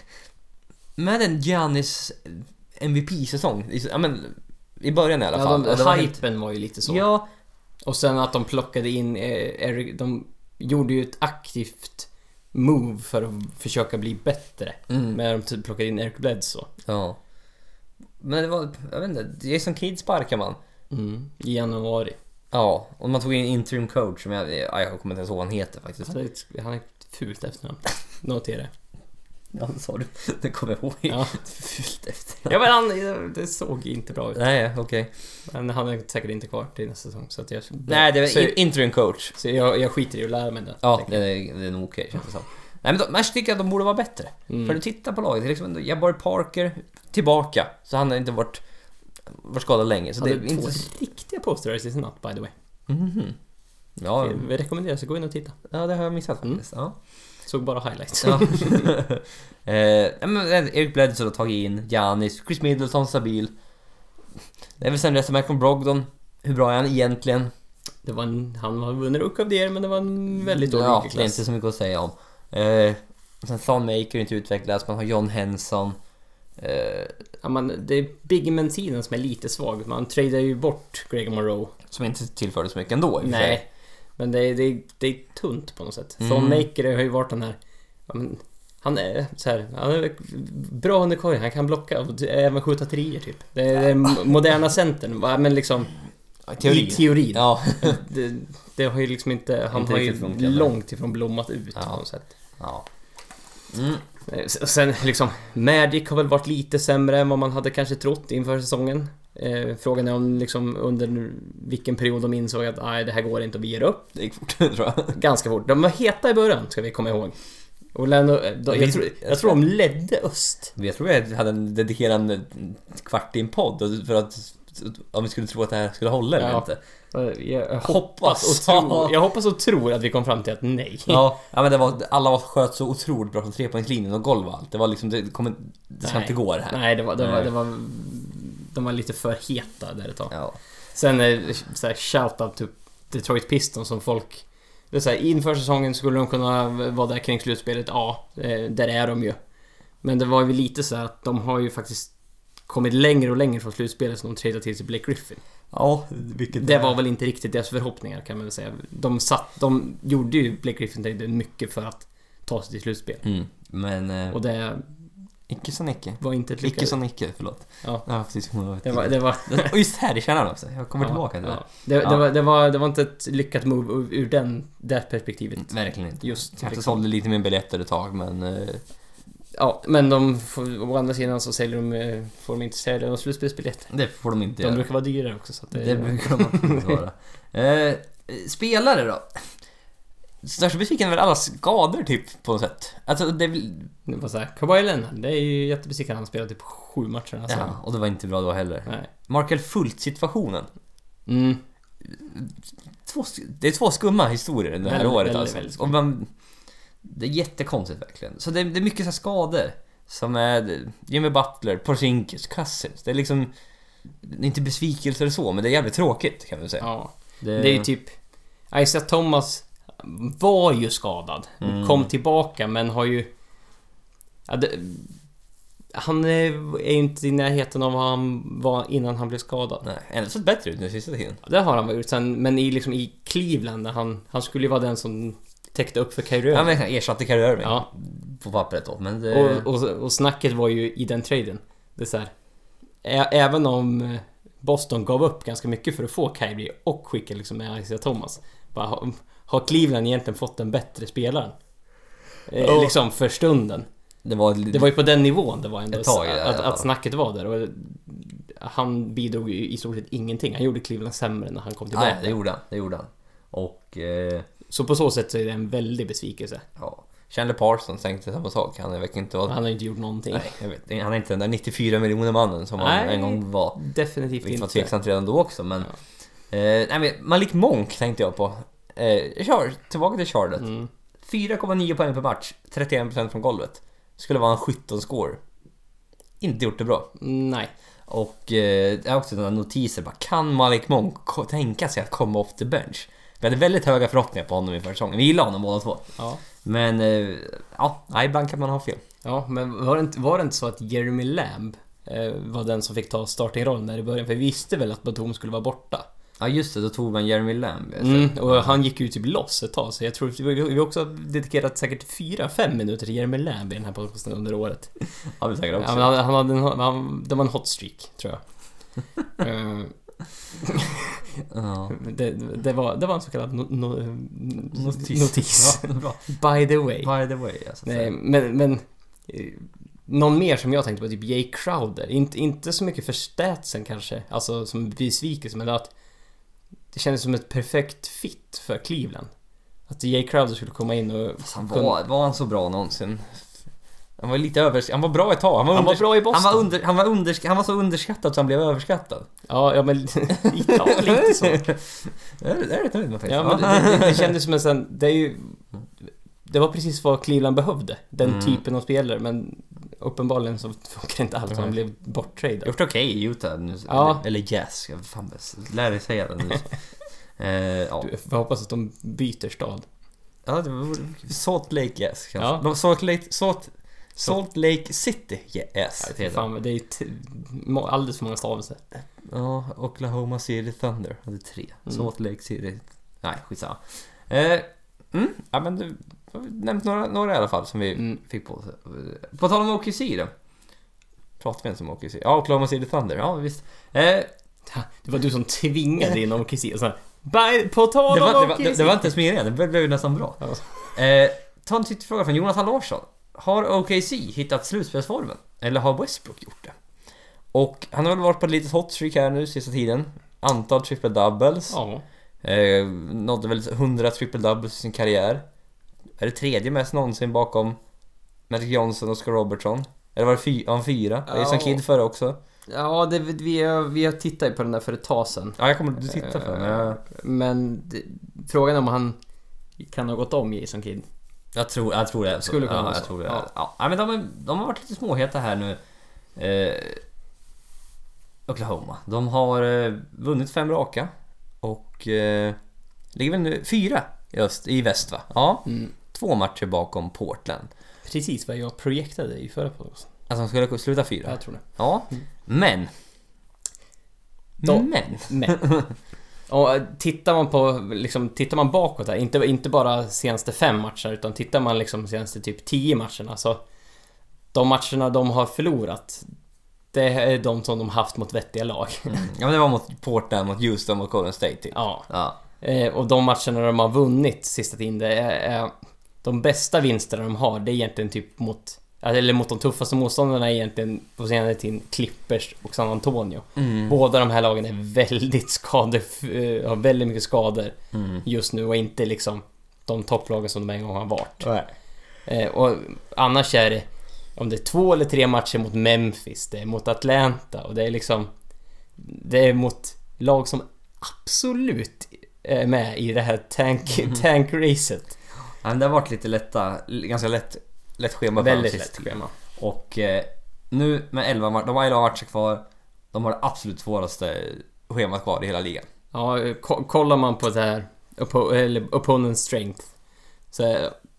med en Giannis M V P-säsong. I- Ja, men, i början i alla Ja, fall. de, Och det var helt- hypen var ju lite så. Ja, Och sen att de plockade in eh, Eric, de gjorde ju ett aktivt move för att försöka bli bättre. mm, Men de typ plockade in Eric Bledsoe. ja. Men det var... Jag vet inte. Jason Kidd sparkar man. Mm. I januari. Ja, och man tog in interim coach som jag... Ja, jag kommer inte ens ihåg vad han heter faktiskt. Han är ett, han är ett fult efternamn. Notera. Ja, det sa du. Det kommer jag ihåg. Ja. Fult efter. Ja, men han, det såg inte bra ut. Nej, okej. Men han är säkert inte kvar till nästa säsong. Så att jag, Nej, det var så, in- interim coach. så jag, jag skiter i att lära mig det. Ja, tänker det jag. är, det är nog okej känns det som. Nej men de, man tycker att de borde vara bättre. Mm. För du tittar på laget, det är liksom ändå Jabari Parker tillbaka. Så han har inte varit, varit skadad länge. Så Så det det är är två inte... riktiga posters i sin natt, by the way. Mhm. Ja, Vi rekommenderar så gå in och titta. ja, det har jag missat Mm. faktiskt. Ja. Såg bara highlights. Ja. eh, ja, men Eric Bledsoe har tagit in Giannis, Chris Middleton stabil. Det är väl sen resten Malcolm Brogdon. Hur bra är han egentligen? Det var en, han har vunnit Rook of the Year, men det var en väldigt dålig Ja, det är klass. inte så mycket att säga om. Eh, sen Thon Maker inte utvecklats, man har John Henson. Eh, Ja, man, det är big man-sidan som är lite svag. Man tradar ju bort Greg Monroe. som inte tillförde så mycket ändå i och för sig. Nej, men det är, det, är, det är tunt på något sätt. Mm. Thon Maker har ju varit den här... Ja, men, han är så här, han är bra under korgen, han kan blocka och även skjuta trier typ. Det är den moderna centern, va, men liksom Ja, i teorin. i teorin. Ja. Det, det har ju liksom inte, han Inte har ju riktigt funkat, långt ifrån blommat ut Ja. på något sätt. ja. Mm. Sen liksom, Magic har väl varit lite sämre än vad man hade kanske trott inför säsongen. Eh, frågan är om liksom under vilken period de insåg att nej, det här går inte och vi ger upp. Det gick fort, tror jag. Ganska fort. De var heta i början, ska vi komma ihåg. Och Leno, de, jag, tror, jag tror de ledde öst. Jag tror jag hade en dedikerad kvart i en podd för att om vi skulle tro att det här skulle hålla eller ja. inte. Jag hoppas, och tror, jag hoppas och tror att vi kom fram till att nej. Ja, ja men det var, alla var sköt så otroligt bra från trepoängslinjen och golv och allt. Det var liksom, det, kommer, det ska nej. inte gå det här. Nej, det var, det var, det var, de var lite för heta där ett tag. Ja. Sen så här, shout out till Detroit Pistons som folk, det är så här, inför säsongen skulle de kunna vara där kring slutspelet. Ja, där är de ju. Men det var ju lite så här att de har ju faktiskt kommit längre och längre från slutspelet som de tradade till sig Blake Griffin. Ja, vilket det var väl inte riktigt deras förhoppningar kan man väl säga. De satt, de gjorde ju Blake Griffin mycket för att ta sig till slutspel. Mm, men och det icke så nicke. Var inte ett lyckat. Icke så nicke, förlåt. Ja, ja precis. Det var det var och just här i kärnan också. Jag kommer ja, tillbaka till ja. det. Det, ja. det var det var det var inte ett lyckat move ur, ur den det perspektivet. Verkligen inte. Just jag liksom. sålde lite mer biljetter ett tag men uh... ja, men de får, å andra sidan så säljer de får de inte sälja några slutspelsbiljetter. Det får de inte. De göra. brukar vara dyrare också så att det, det brukar de inte vara. eh, spelare då. Största besviken är väl alla skador typ på något sätt. Alltså det det var så här, Kawhi Leonard, det är ju jättebesviken, han spelar typ sju matcher alltså. Ja, och det var inte bra då heller. Nej. Markel Fultz situationen. Mm. Två, det är två skumma historier det här väldigt, året väldigt, alltså. väldigt och man, det är jättekonstigt verkligen. Så det, det är mycket så här skador som är Jimmy Butler, Porzingis, Cousins. Det är liksom det är inte besvikelser och så, men det är jävligt tråkigt kan man säga. Ja. Det, det är ju typ Isaiah Thomas var ju skadad. Mm. Kom tillbaka men har ju ja, det, han är inte i närheten av vad han var innan han blev skadad. Nej, ändå sett bättre ut den sista tiden. Ja, det har han gjort sen, men i liksom i Cleveland där han han skulle ju vara den som täckte upp för Kyrie Irving. Ja, men han ersatte Kyrie Irving ja. på pappret då, men det... och, och och snacket var ju i den traden. Det är så här, ä- även om Boston gav upp ganska mycket för att få Kyrie och skicka liksom med Isaiah Thomas. Bara ha, har Cleveland egentligen fått en bättre spelare? Eh, oh. Liksom för stunden. Det var, det var ju på den nivån det var ändå tag, ja, att, att snacket var där och han bidrog ju i stort sett ingenting. Han gjorde Cleveland sämre när han kom tillbaka. Nej, det gjorde han, det gjorde han. Och eh... så på så sätt så är det en väldig besvikelse. Ja. Chandler Parsons tänkte samma sak. Han har inte varit... Han har inte gjort någonting. Nej, jag vet. Han är inte den där nittiofyra miljoner mannen som nej, han en gång var. Definitivt inte. Det var tveksamt redan då också, men ja. eh, nej, men Malik Monk tänkte jag på. Eh, kör tillbaka till Charlotte. Mm. fyra komma nio poäng per match, trettioen procent från golvet. Skulle vara en sjutton score. Inte gjort det bra. Nej. Och eh, jag har också några notiser bara, kan Malik Monk tänka sig att komma off the bench? Vi hade väldigt höga förhoppningar på honom i förra säsongen. Vi gillar honom båda två. Ja. Men eh, ja, ibland kan man ha fel. Ja, men var det inte, var det inte så att Jeremy Lamb eh, var den som fick ta startingrollen där i början? För vi visste väl att Batum skulle vara borta. Ja just det, då tog man Jeremy Lamb. Mm, och han gick ju typ loss ett tag. Så jag tror att vi, vi också dedikerat säkert fyra fem minuter till Jeremy Lamb i den här podcasten under året. Ja, vi säkert också. Ja, han, han hade en, han, det var en hot streak, tror jag. uh, ja. det, det, var, det var en så kallad no, no, notis. notis. Ja, bra. By the way. By the way, alltså. Nej, men, men någon mer som jag tänkte på, typ Jay Crowder. Inte, inte så mycket för statsen kanske, alltså som besvikelse, men att det kändes som ett perfekt fit för Cleveland. Att Jay Crowder skulle komma in och... Han var, var han så bra någonsin? Han var lite över... Han var bra ett tag. Han var, han var bra i Boston. Han var, under, han, var under, han var så underskattad så han blev överskattad. Ja, ja men ja, lite så. Det är, det är rätt nöjd, ja, men det, det, det kändes som en sån... Det är ju... Det var precis vad Cleveland behövde. Den mm. typen av spelare. Men uppenbarligen så funkar inte allt. Mm. Han blev borttradad. Gjort okej okay i Utah nu. Ja. Eller, eller Jazz. Jag fan lär dig säga det nu. eh, ja. Du får hoppas att de byter stad. Ja, det var Salt Lake Jazz. Ja. Salt Lake... Salt, Salt Lake City Yes. Ja, fan, det är t- alldeles för många stavelser. Ja, Oklahoma City Thunder hade tre. Mm. Salt Lake City. Nej, skitsamma. Eh, mm, ja, men du har nämnt några, några i alla fall som vi mm. fick på. På tal om O K C då. Pratar vi ens om O K C? Ja, Oklahoma City Thunder. Ja, visst. Eh, det var du som tvingade in O K C. Så här, på tal om det var, O K C. Det var, det var inte ens mer igen. Det blev ju nästan bra. Ja. Eh, ta en titt fråga från Jonathan Larsson. har O K C hittat slutspelsformen? Eller har Westbrook gjort det? Och han har väl varit på ett litet hot streak här nu sista tiden. Antal triple doubles. Ja. Eh, nådde väl hundra triple doubles i sin karriär. Är det tredje mest någonsin bakom Magic Johnson och Oscar Robertson? Eller var det fy- ja, fyra? Ja. Jason Kidd förra också. Ja, det, vi, har, vi har tittat ju på den där för ett tag sedan. Ja, jag kommer att titta på den. Men, jag... men det, frågan är om han kan ha gått om Jason Kidd. Jag tror, jag tror det. Skulle kunna ja, vara jag så. tror det. Ja. Ja. Ja, men de, de har varit lite småheta här nu. Eh, Oklahoma. De har eh, vunnit fem raka. Och eh, ligger väl nu fyra just i väst, va? Ja. Mm. Två matcher bakom Portland. Precis vad jag projektade i förra podden. Alltså de skulle sluta fyra. Jag tror det. Ja. Mm. Men. Då, men. men. Och tittar man på liksom, tittar man bakåt här, inte, inte bara senaste fem matcher, utan tittar man liksom senaste typ tio matcherna, så de matcherna de har förlorat, det är de som de haft mot vettiga lag. Mm. Ja, men det var mot Portland, mot Houston och Golden State typ. Ja. Ja. Eh, och de matcherna de har vunnit sista tiden, det är, är de bästa vinsterna de har, det är egentligen typ mot, eller mot de tuffaste motståndarna är egentligen på senare tid Clippers och San Antonio. Mm. Båda de här lagen är väldigt skador, har väldigt mycket skador mm. just nu och inte liksom de topplagen som de en gång har varit. Nej. Eh, och annars är det, om det är två eller tre matcher mot Memphis, det är mot Atlanta och det är liksom, det är mot lag som absolut är med i det här tank, mm. tank-racet. Ja, men det har varit lite lätta, ganska lätt lätt schema. Väldigt lätt schema. Och eh, nu med elva matcher, de har elva matcher kvar. De har det absolut svåraste schemat kvar i hela ligan. Ja, ko- kollar man på det här oppo- eller opponent strength, så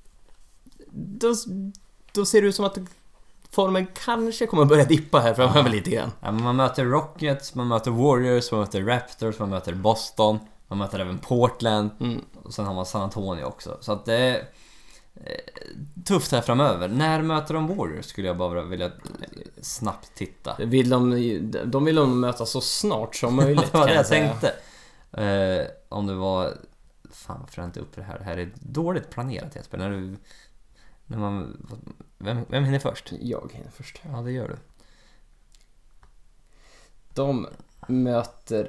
då, då ser det ut som att formen kanske kommer börja dippa här framöver ja. lite grann. Ja, men man möter Rockets, man möter Warriors, man möter Raptors, man möter Boston, man möter även Portland mm. och sen har man San Antonio också. Så att det är tufft här framöver. När möter de Warriors skulle jag bara vilja snabbt titta. Vill de, de vill de möta så snart som möjligt. Det var det jag, jag tänkte. Eh, om det var... Fan, varför har jag inte upp det här? Det här är dåligt planerat, Jesper. När du... När man, vem, vem hinner först? Jag hinner först. Ja, det gör du. De möter...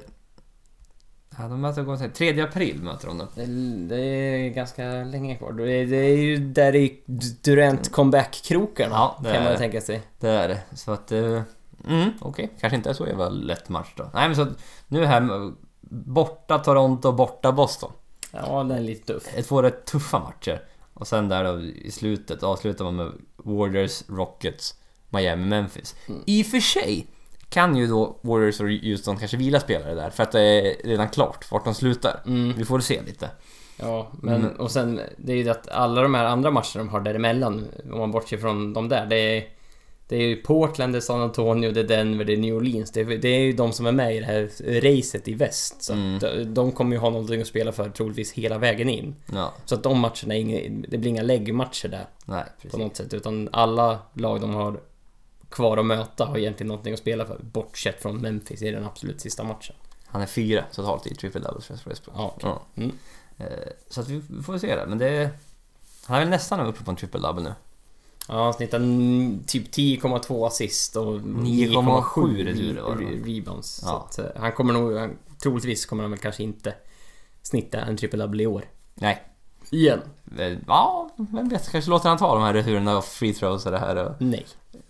Ja, de möter tredje april möter de då. Det, det är ganska länge kvar. Det är, det är ju där i Durant comeback-kroken. Ja, det kan man är, tänka sig. Det är det. Så att... Uh, mm, okej. Okay. Kanske inte är så jävla lätt match då. Nej, men så att nu är här borta Toronto, borta Boston. Ja, det är lite tuff. Det får rätt tuffa matcher. Och sen där då i slutet avslutar man med Warriors, Rockets, Miami, Memphis. Mm. I och för sig kan ju då Warriors och Houston kanske vila spelare där, för att det är redan klart vart de slutar. Mm. Vi får se lite. Ja, men mm. och sen det är ju att alla de här andra matcherna de har däremellan, om man bortser från de där, det är det är ju Portland, det är San Antonio, det är Denver, det är New Orleans. Det är, det är ju de som är med i det här racet i väst. Så mm. att de kommer ju ha någonting att spela för troligtvis hela vägen in. Ja. Så att de matcherna är inga, det blir inga läggmatcher där. Nej, precis. På något sätt, utan alla lag de har kvar att möta har egentligen någonting att spela för, bortsett från Memphis i den absolut sista matchen. Han är fyra totalt i triple doubles för Westbrook. Ja, okay. ja. Mm. Så att vi får se det, men det han är väl nästan uppe på en triple double nu. Ja, han snittar typ tio komma två assist och nio komma sju rebounds. Ja. Så att, han kommer nog, han, troligtvis kommer han väl kanske inte snitta en triple double i år. Nej. Igen. Ja, vem vet, kanske låter han ta de här returerna och free throws och det här. Och... Nej.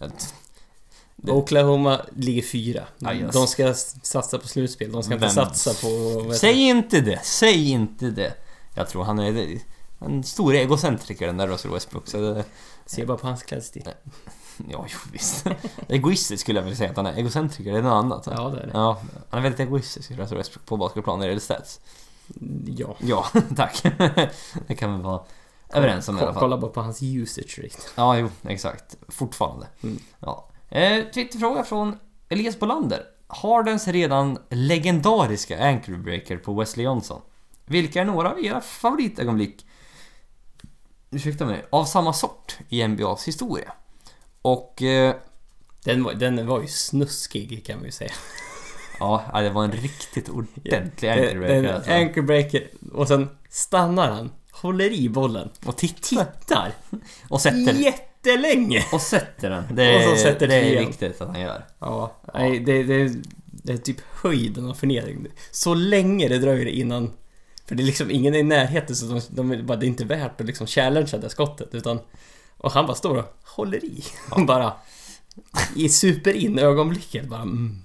Det... Oklahoma ligger fyra. Ah, yes. De ska satsa på slutspel. De ska Vem? inte satsa på... Säg inte det, säg inte det. Jag tror han är en stor egocentriker, den där Russell Westbrook. Så det... Se bara på hans klädstil. Ja, jo, visst. Egoistisk skulle jag vilja säga att han är. Egocentriker, det är något annat. Ja, det är det. Ja, han är väldigt egoistisk, Russell Westbrook, på basketplanen när det gäller stats. Ja. Ja, tack. Det kan vi vara överens om i alla fall. Kolla bara på hans usage rate. Ja, jo, exakt. Fortfarande. Mm. Ja. Eh, Twitterfråga från Elias Bolander. Hardens redan legendariska ankle breaker på Wesley Johnson. Vilka är några av era favoritögonblick, ursäkta mig, av samma sort i N B A:s historia? Och eh, den, var, den var ju snuskig, kan vi säga. Ja, det var en riktigt ordentlig ankle breaker. Alltså. Ankle breaker, och sen stannar han, håller i bollen och tittar, tittar och sätter jättelänge. Och sätter den. Det, Och så sätter det är trean. viktigt att han gör. Ja, nej, det, det, det är typ höjden av förnedring. Så länge det dröjer innan. För det är liksom ingen i närheten, så de, de bara, det är inte värt att liksom challengea det skottet, utan, och han bara står och håller i. Ja. bara i super in ögonblicket bara mm.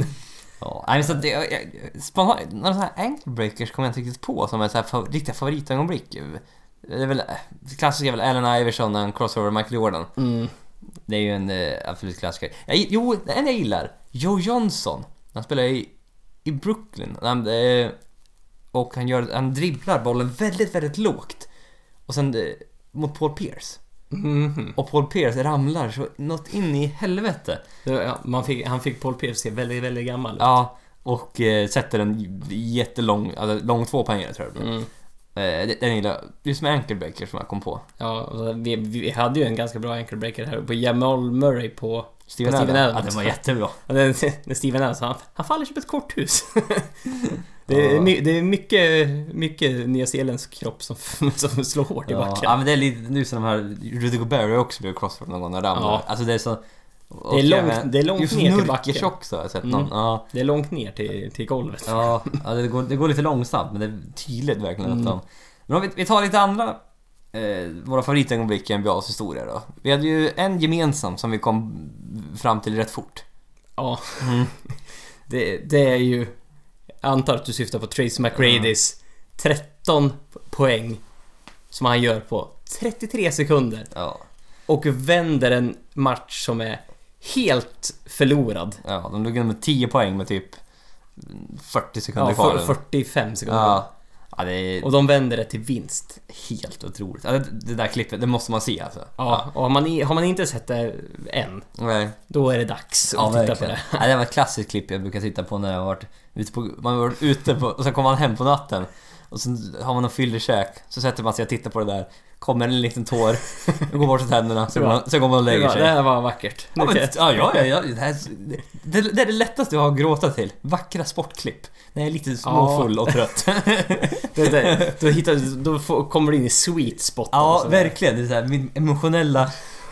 Ja, nej, så det jag, spontant, några sådana här ankle breakers kommer jag inte riktigt på som är så här för, riktiga favoritögonblick. Det är väl klassiska är väl Allen Iverson och en crossover Michael Jordan. Mm. Det är ju en uh, absolut klassiker. Jag, jo, en jag gillar. Joe Johnson. Han spelar i, i Brooklyn. Han, uh, och han gör han dribblar bollen väldigt väldigt lågt. Och sen uh, mot Paul Pierce. Mm-hmm. Och Paul Pierce ramlar så något in i helvete. Det, ja, man fick, han fick Paul Pierce se väldigt väldigt gammal. Ja, och uh, sätter en jättelång alltså lång tvåpoängare tror jag. Mm. Uh, den gillar just med ankle breaker som jag kom på. Ja, alltså, vi, vi hade ju en ganska bra ankle breaker här på Jamal Murray på Steven, på Steven Adams. Adams. Ja, det var jättebra. Ja, det, det Steven Adams, han, han faller som ett korthus. det, är, my, det är mycket mycket nyzeeländsk kropp som, som slår hårt i backen. Ja, men det är lite nu som de här Rudy Gobert har också blivit crossfit någon gång när ramlar. Ja. Alltså det är så det är långt, det är långt ner till backen också, jag sett mm. någon. Ja. Det är långt ner till, till golvet. Ja, ja det, går, det går lite långsamt, men det är tydligt verkligen mm. att de... Men om vi, vi tar lite andra eh, våra favoritögonblick i N B A:s historia då. Vi hade ju en gemensam som vi kom fram till rätt fort. Ja. Mm. det, det är ju, jag antar att du syftar på Tracy McGradys mm. tretton poäng som han gör på trettiotre sekunder. Ja. Och vänder en match som är helt förlorad. Ja, de låg med tio poäng med typ fyrtio sekunder ja, kvar. fyrtiofem sekunder. Ja. Ja, det är... Och de vänder det till vinst. Helt otroligt. Ja, det, det där klippet, det måste man se alltså. Ja, ja. Och har man, har man inte sett det än, nej. Då är det dags att ja, titta verkligen. på det. Ja, det var ett klassiskt klipp jag brukar titta på när jag har varit ute på, man har varit ute på, och sen kommer man hem på natten. Och sen har man en fylld käk. Så sätter man sig och tittar på det där. Kommer en liten tår, går bort till tänderna, så, man, så går man och lägger sig. Det här var vackert. Ja, men, ja, ja, ja, det, här, det, det är det lättaste jag har gråta till. Vackra sportklipp. När jag är lite småfull och trött. det, det, då, hittar, då får, kommer du in i sweet spot. Ja, verkligen. Det är så här, min emotionella...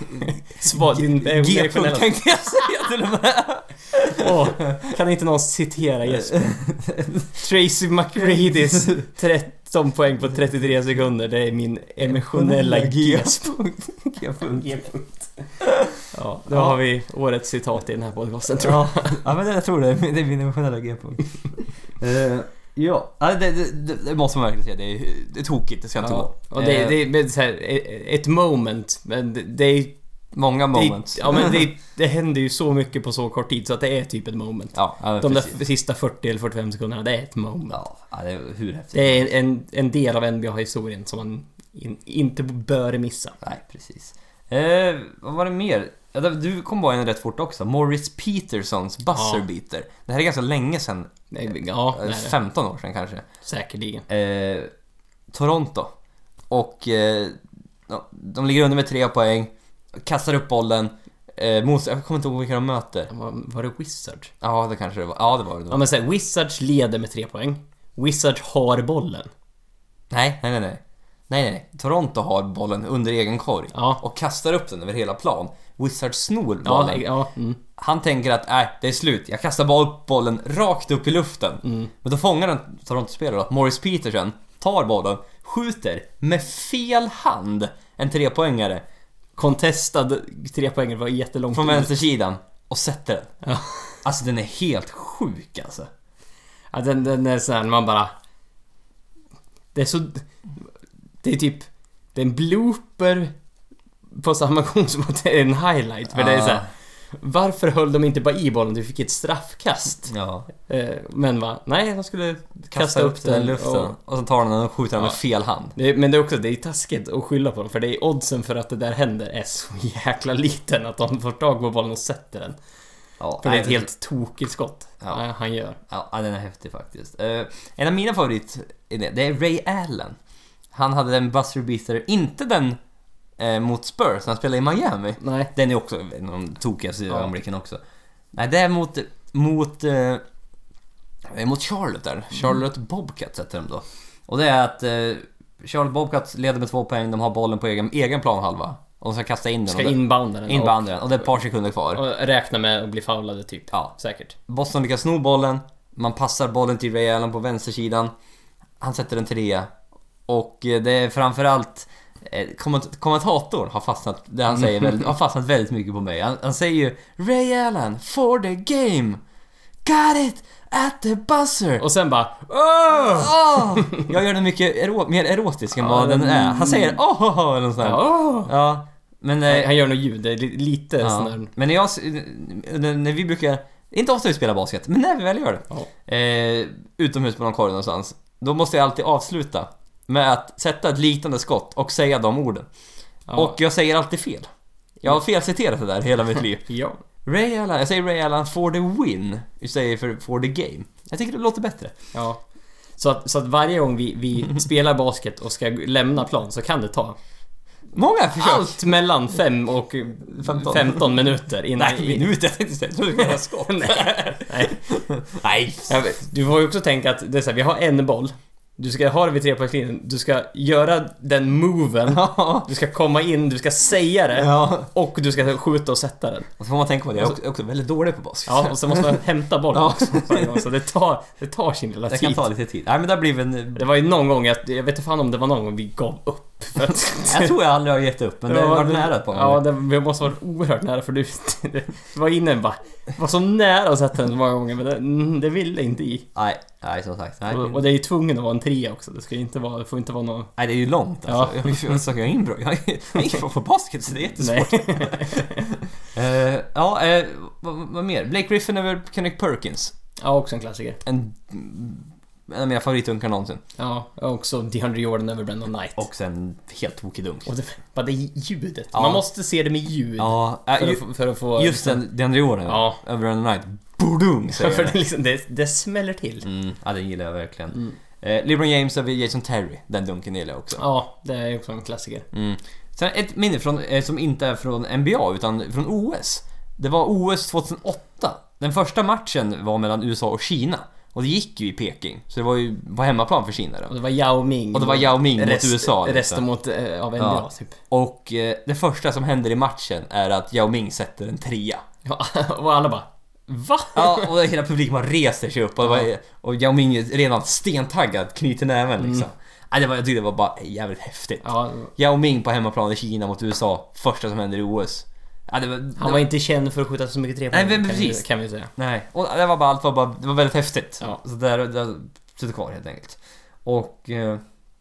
Sva, din G-punkt tänkte jag säga till och med. Oh, kan inte någon citera Jesper? Tracy McGradys tretton poäng på trettiotre sekunder. Det är min emotionella G-punkt. G-punkt. Ja, då ja. har vi årets citat i den här podcasten, tror jag. Ja, ja men det, jag tror det. Det är min emotionella G-punkt. uh, ja, det, det, det, det måste man verkligen säga. Det är, det är tokigt, det ska inte ja. gå. Och det, det, det är så här, ett moment, men det, det är många moments. Det, ja, men det, det händer ju så mycket på så kort tid så att det är typ ett moment. Ja, ja, de precis. där sista fyrtio eller fyrtiofem sekunderna, det är ett moment. Ja, det är hur häftigt. Det är en, en del av N B A-historien som man in, inte bör missa. Nej, precis. Eh, vad var det mer? Ja, du kom bara in rätt fort också. Morris Petersons buzzer ja. beater. Det här är ganska länge sedan. Ja, eh, femton år sedan kanske. Säkerligen. Eh, Toronto. Och eh, de ligger under med tre poäng. Kastar upp bollen. Eh, mot, jag kommer inte ihåg vilka de möter. Var, var det Wizards? Ja, det kanske det var. Ja, det var det. Ja, men så här, Wizards leder med tre poäng. Wizards har bollen. Nej, nej, nej, nej. Nej, nej. Toronto har bollen under egen korg. Ja. Och kastar upp den över hela plan. Wizards snor bollen. Ja, ja, mm. Han tänker att nej, det är slut. Jag kastar boll, bollen rakt upp i luften. Mm. Men då fångar den Toronto-spelare att Morris Peterson tar bollen, skjuter med fel hand en trepoängare. Contestad trepoängare var jättelångt från vänstersidan och sätter den. Ja. Alltså den är helt sjuk alltså. Ja, den, den är så här, man bara... Det är så... Det är typ... Det är en blooper på samma gång som att det är en highlight. För ja. Det är så här, varför höll de inte bara i bollen? Du fick ett straffkast. Ja. Men va? Nej, de skulle kasta, kasta upp den i luften. Och, och så tar den och skjuter den ja. med fel hand. Det, men det är också det är taskigt att skylla på dem. För det är oddsen för att det där händer är så jäkla liten att de får tag på bollen och sätter den. Ja, för det är ett helt tokigt skott ja. Ja, han gör. Ja, den är häftig faktiskt. Uh, en av mina favoritidéer, det är Ray Allen. Han hade en buzzer beater, inte den eh, mot Spurs, han spelade i Miami. Nej. Den är också en av de tokigaste ja. ögonblicken också. Nej, det är mot mot eh, mot Charlotte där. Charlotte mm. Bobcats heter de då. Och det är att eh, Charlotte Bobcats leder med två poäng, de har bollen på egen, egen planhalva. Och de ska kasta in den. Ska och inbounda den. Inbounda den. Och det är ett par sekunder kvar. Och räkna med att bli foulade typ. Ja. Säkert. Boston lyckas sno bollen. Man passar bollen till Ray Allen på vänstersidan. Han sätter en trea. Och det är framförallt kommentatorn har fastnat, det han säger väldigt, har fastnat väldigt mycket på mig. Han, han säger ju Ray Allen for the game. Got it at the buzzer. Och sen bara oh! Oh! Jag gör den mycket ero- mer erotisk än vad den är. Han säger åh oh, oh, eller något sånt där. Oh! Ja, men han, han gör nog ljud, det är lite ja. sån där. Men när jag när vi brukar inte ofta vi spelar basket, men när vi väl gör det. Oh. Eh, utomhus på någon korg någonstans. Då måste jag alltid avsluta med att sätta ett liknande skott och säga de orden. Ja. Och jag säger alltid fel. Jag har felciterat det där hela mitt liv. Ja. Ray Allen, jag säger Ray Allen for the win. Jag säger för for the game. Jag tycker det låter bättre. Ja. Så att, så att varje gång vi, vi spelar basket och ska lämna plan så kan det ta många försök. Allt mellan fem och femton minuter innan. Nej, minuter, jag tänkte säga. Du kan skott. Nej. Nej. Nej. Du får ju också tänka att det är så här, vi har en boll. Du ska ha det vid trepoängslinjen. Du ska göra den moven. Du ska komma in, du ska säga det. Ja. Och du ska skjuta och sätta den. Och så får man tänka på det. Jag är också, också väldigt dålig på basket. Ja, och så måste man hämta bollen också. Så det tar, det tar sin lilla tid. Det kan ta lite tid. Nej, men det blir en... Det var ju någon gång, jag, jag vet inte fan om det var någon gång vi gav upp. För att, jag tror jag aldrig har gett upp, men det, det var nära på Ja, det, det måste vara oerhört nära för du det var inne bara var så nära att sätta den så många gånger, men det, det ville inte i. Nej, nej som sagt. Nej. Och, och det är ju tvungen att vara en trea också. Det ska inte vara, det får inte vara någon. Nej, det är ju långt alltså. Ja. Jag jag jag in bra. Jag är inte på basket så det är jättesvårt. uh, ja, uh, vad, vad mer? Blake Griffin över Kenneth Perkins. Ja, också en klassiker. En en av mina favoritunkar någonsin. Ja, också DeAndre Jordan över Brandon Knight. Och sen helt tokig-dunk. Och det, bara det ljudet. Ja. Man måste se det med ljud. Ja, för, ju, att, få, för att få... Just den DeAndre Jordan ja. över Brandon Knight. Boom, säger för det, liksom, det, det smäller till. Mm, ja, det gillar jag verkligen. Mm. Eh, LeBron James över Jason Terry. Den dunken gillar jag också. Ja, det är också en klassiker. Mm. Sen ett minne från, eh, som inte är från N B A utan från O S. Det var O S tjugohundraåtta. Den första matchen var mellan U S A och Kina. Och det gick ju i Peking. Så det var ju på hemmaplan för Kina då. Och det var Yao Ming. Och det var Yao Ming rest, mot U S A. Resten liksom. mot eh, av N B A ja. Typ. Och eh, det första som händer i matchen är att Yao Ming sätter en trea. Ja, och alla bara va? Ja, och hela publiken bara reser sig upp. Och, ja. var, och Yao Ming är redan stentaggad, knyter näven liksom. Mm. Ja, det var, jag tyckte det var bara jävligt häftigt. Ja. Yao Ming på hemmaplan i Kina mot U S A. Första som händer i O S. Ja, det var, det han var inte känd för att skjuta så mycket trepoäng. Nej, men precis. Kan, kan vi säga. Nej, och det var bara allt var bara det var väldigt häftigt. Ja. Så där där sitter kvar helt enkelt. Och eh,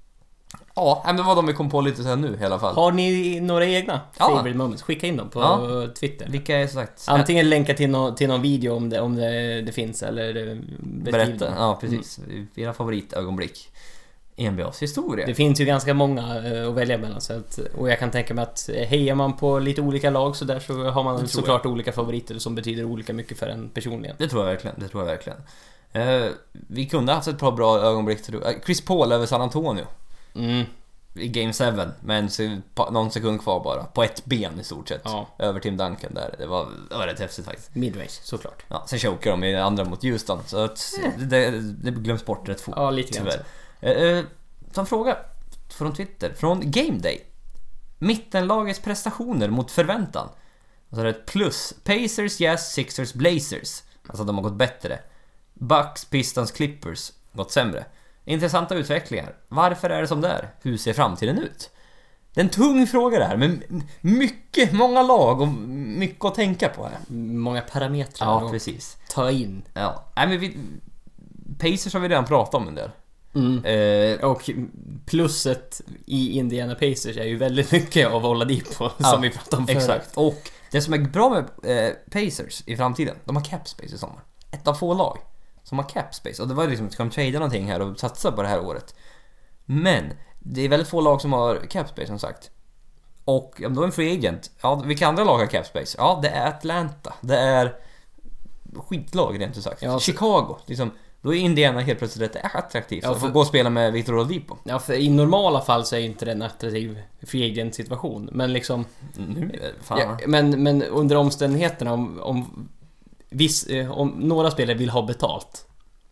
ja, men det var de vi kom på lite så här nu i alla fall. Har ni några egna ja. favorite moments? Skicka in dem på ja. Twitter. Vilka är sagt? Antingen länka till någon till någon video om det om det, det finns eller berätta. Ja, precis. Mm. Era favoritögonblick. N B A:s historia. Det finns ju ganska många att välja mellan så att, och jag kan tänka mig att hejar man på lite olika lag så där så har man såklart jag. olika favoriter som betyder olika mycket för en personligen. Det tror jag verkligen, det tror jag verkligen. Uh, vi kunde ha haft ett par bra ögonblick tror jag. Chris Paul över San Antonio. Mm. I Game sju, men någon sekund kvar bara. På ett ben i stort sett. Ja. Över Tim Duncan där. Det var, det var rätt häftigt faktiskt. Midways, såklart. Ja, sen chokar de i andra mot Houston. Så att mm. det, det glöms bort rätt fort. Ja, lite tyvärr. Uh, som fråga från Twitter. Från Game Day. Mittenlagets prestationer mot förväntan. Alltså det är ett plus. Pacers, Jazz, Sixers, Blazers. Alltså de har gått bättre. Bucks, Pistons, Clippers gått sämre. Intressanta utvecklingar. Varför är det som det är? Hur ser framtiden ut? Det är en tung fråga det här, men mycket, många lag och mycket att tänka på här. Många parametrar ja, precis. Ta in. Ja, nej men vi, Pacers har vi redan pratat om en del. Mm. Eh, och plusset i Indiana Pacers är ju väldigt mycket av Oladipo ja, som vi pratade om förut. Exakt. Och det som är bra med eh, Pacers i framtiden, de har cap space i sommar. Ett av få lag som har cap space. Och det var liksom, ska de trada någonting här och satsa på det här året. Men det är väldigt få lag som har cap space som sagt. Och om då är en free agent, ja, vilka andra lag har cap space? Ja, det är Atlanta. Det är skitlag rent ut sagt. Ja, Chicago, liksom. Då är Indiana helt plötsligt rätt attraktivt. Ja, för att gå och spela med Victor Oladipo. Ja, för i normala fall så är inte det en attraktiv free agent situation. Men liksom nu, fan. Ja, men, men under omständigheterna om, om, viss, om några spelare vill ha betalt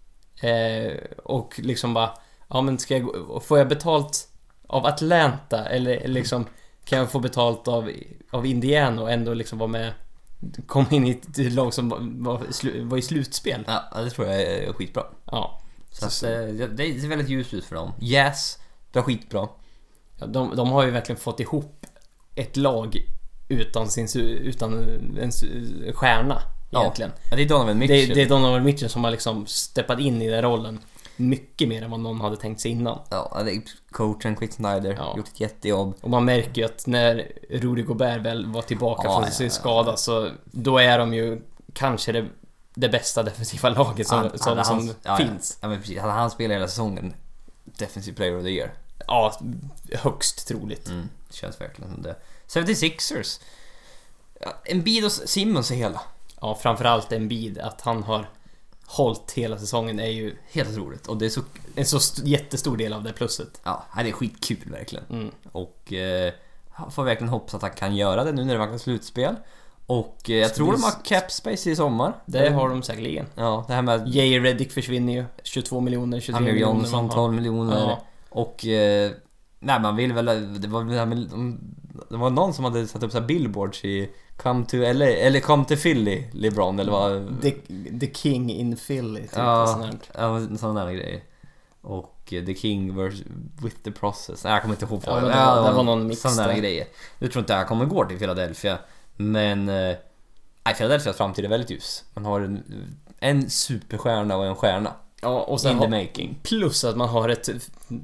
eh, och liksom bara ja men ska jag, får jag betalt av Atlanta eller liksom kan jag få betalt av, av Indiana och ändå liksom vara med, komma in i ett lag som var, var, var i slutspel. Ja, det tror jag är skitbra. Ja. Så, så att, det, det ser väldigt ljust ut för dem. Yes, det är skitbra. Ja, de, de har ju verkligen fått ihop ett lag utan, sin, utan en stjärna egentligen. Ja, det är Donovan Mitchell. Det, det är Donovan Mitchell som har liksom steppat in i den rollen mycket mer än vad någon hade tänkt sig innan. Ja, det är coachen Quinn Snyder ja. gjort ett jättejobb. Och man märker ju att när Rudy Gobert väl var tillbaka ja, från sin ja, skada ja. Så då är de ju kanske det, det bästa defensiva laget som, han, som, som hans, ja, finns. Ja, men precis. Hade han spelat hela säsongen Defensive Player of the Year? Ja, högst troligt. Mm, det känns verkligen som det. seventy-sixers. Ja, Embiid och Simmons är hela. Ja, framförallt Embiid, att han har hållit hela säsongen är ju helt otroligt. Och det är så en så st- jättestor del av det plusset. Ja, det är skitkul verkligen. Mm. Och eh, får verkligen hoppas att han kan göra det nu när det var slutspel. Och eh, jag tror de har cap space i sommar. Det har de säkerligen. Ja, det här med J. Redick försvinner ju tjugotvå miljoner, tjugotre Amir miljoner. Johnson tolv miljoner. Ja. Och eh, nej, man vill väl det var det var någon som hade satt upp så här billboards i Come to L A eller Come to Philly, LeBron eller vad the, the King in Philly typ. Ja, ja sådana där grejer. Och The King versus With the Process. Nej, jag kommer inte ihåg vad ja, det var. Det var, det var någon mix sådana där grejer. Jag tror inte jag kommer gå till Philadelphia. Men eh, nej, Philadelphias framtid är väldigt ljus. Man har en, en superstjärna och en stjärna. Ja, och sen in har, the making. Plus att man har ett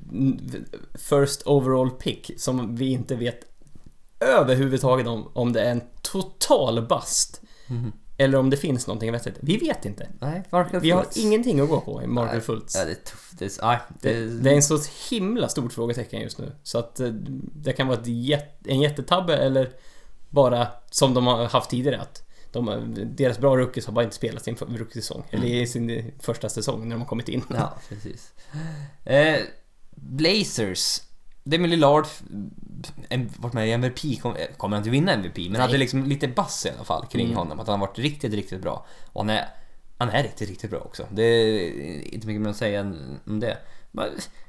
first overall pick som vi inte vet överhuvudtaget om, om det är en total bust. Mm. Eller om det finns någonting vettigt. Vi vet inte. Nej, Markel vi har ingenting att gå på i Markel Fultz. Ja, det är tufft. Det är, nej, det, det, det är en så himla stort frågetecken just nu. Så att det kan vara ett jätt, en jättetabbe eller bara som de har haft tidigare att de, deras bra rookies har bara inte spelat sin rookie-säsong. Mm. Eller i sin första säsong när de har kommit in. Ja, precis. Eh, Blazers. Damian Lillard varit med i M V P, kommer han inte vinna M V P, men Nej. hade liksom lite bass i alla fall kring mm. honom, att han har varit riktigt, riktigt bra. Och han är, han är riktigt, riktigt bra också. Det är inte mycket mer att säga om det. Man,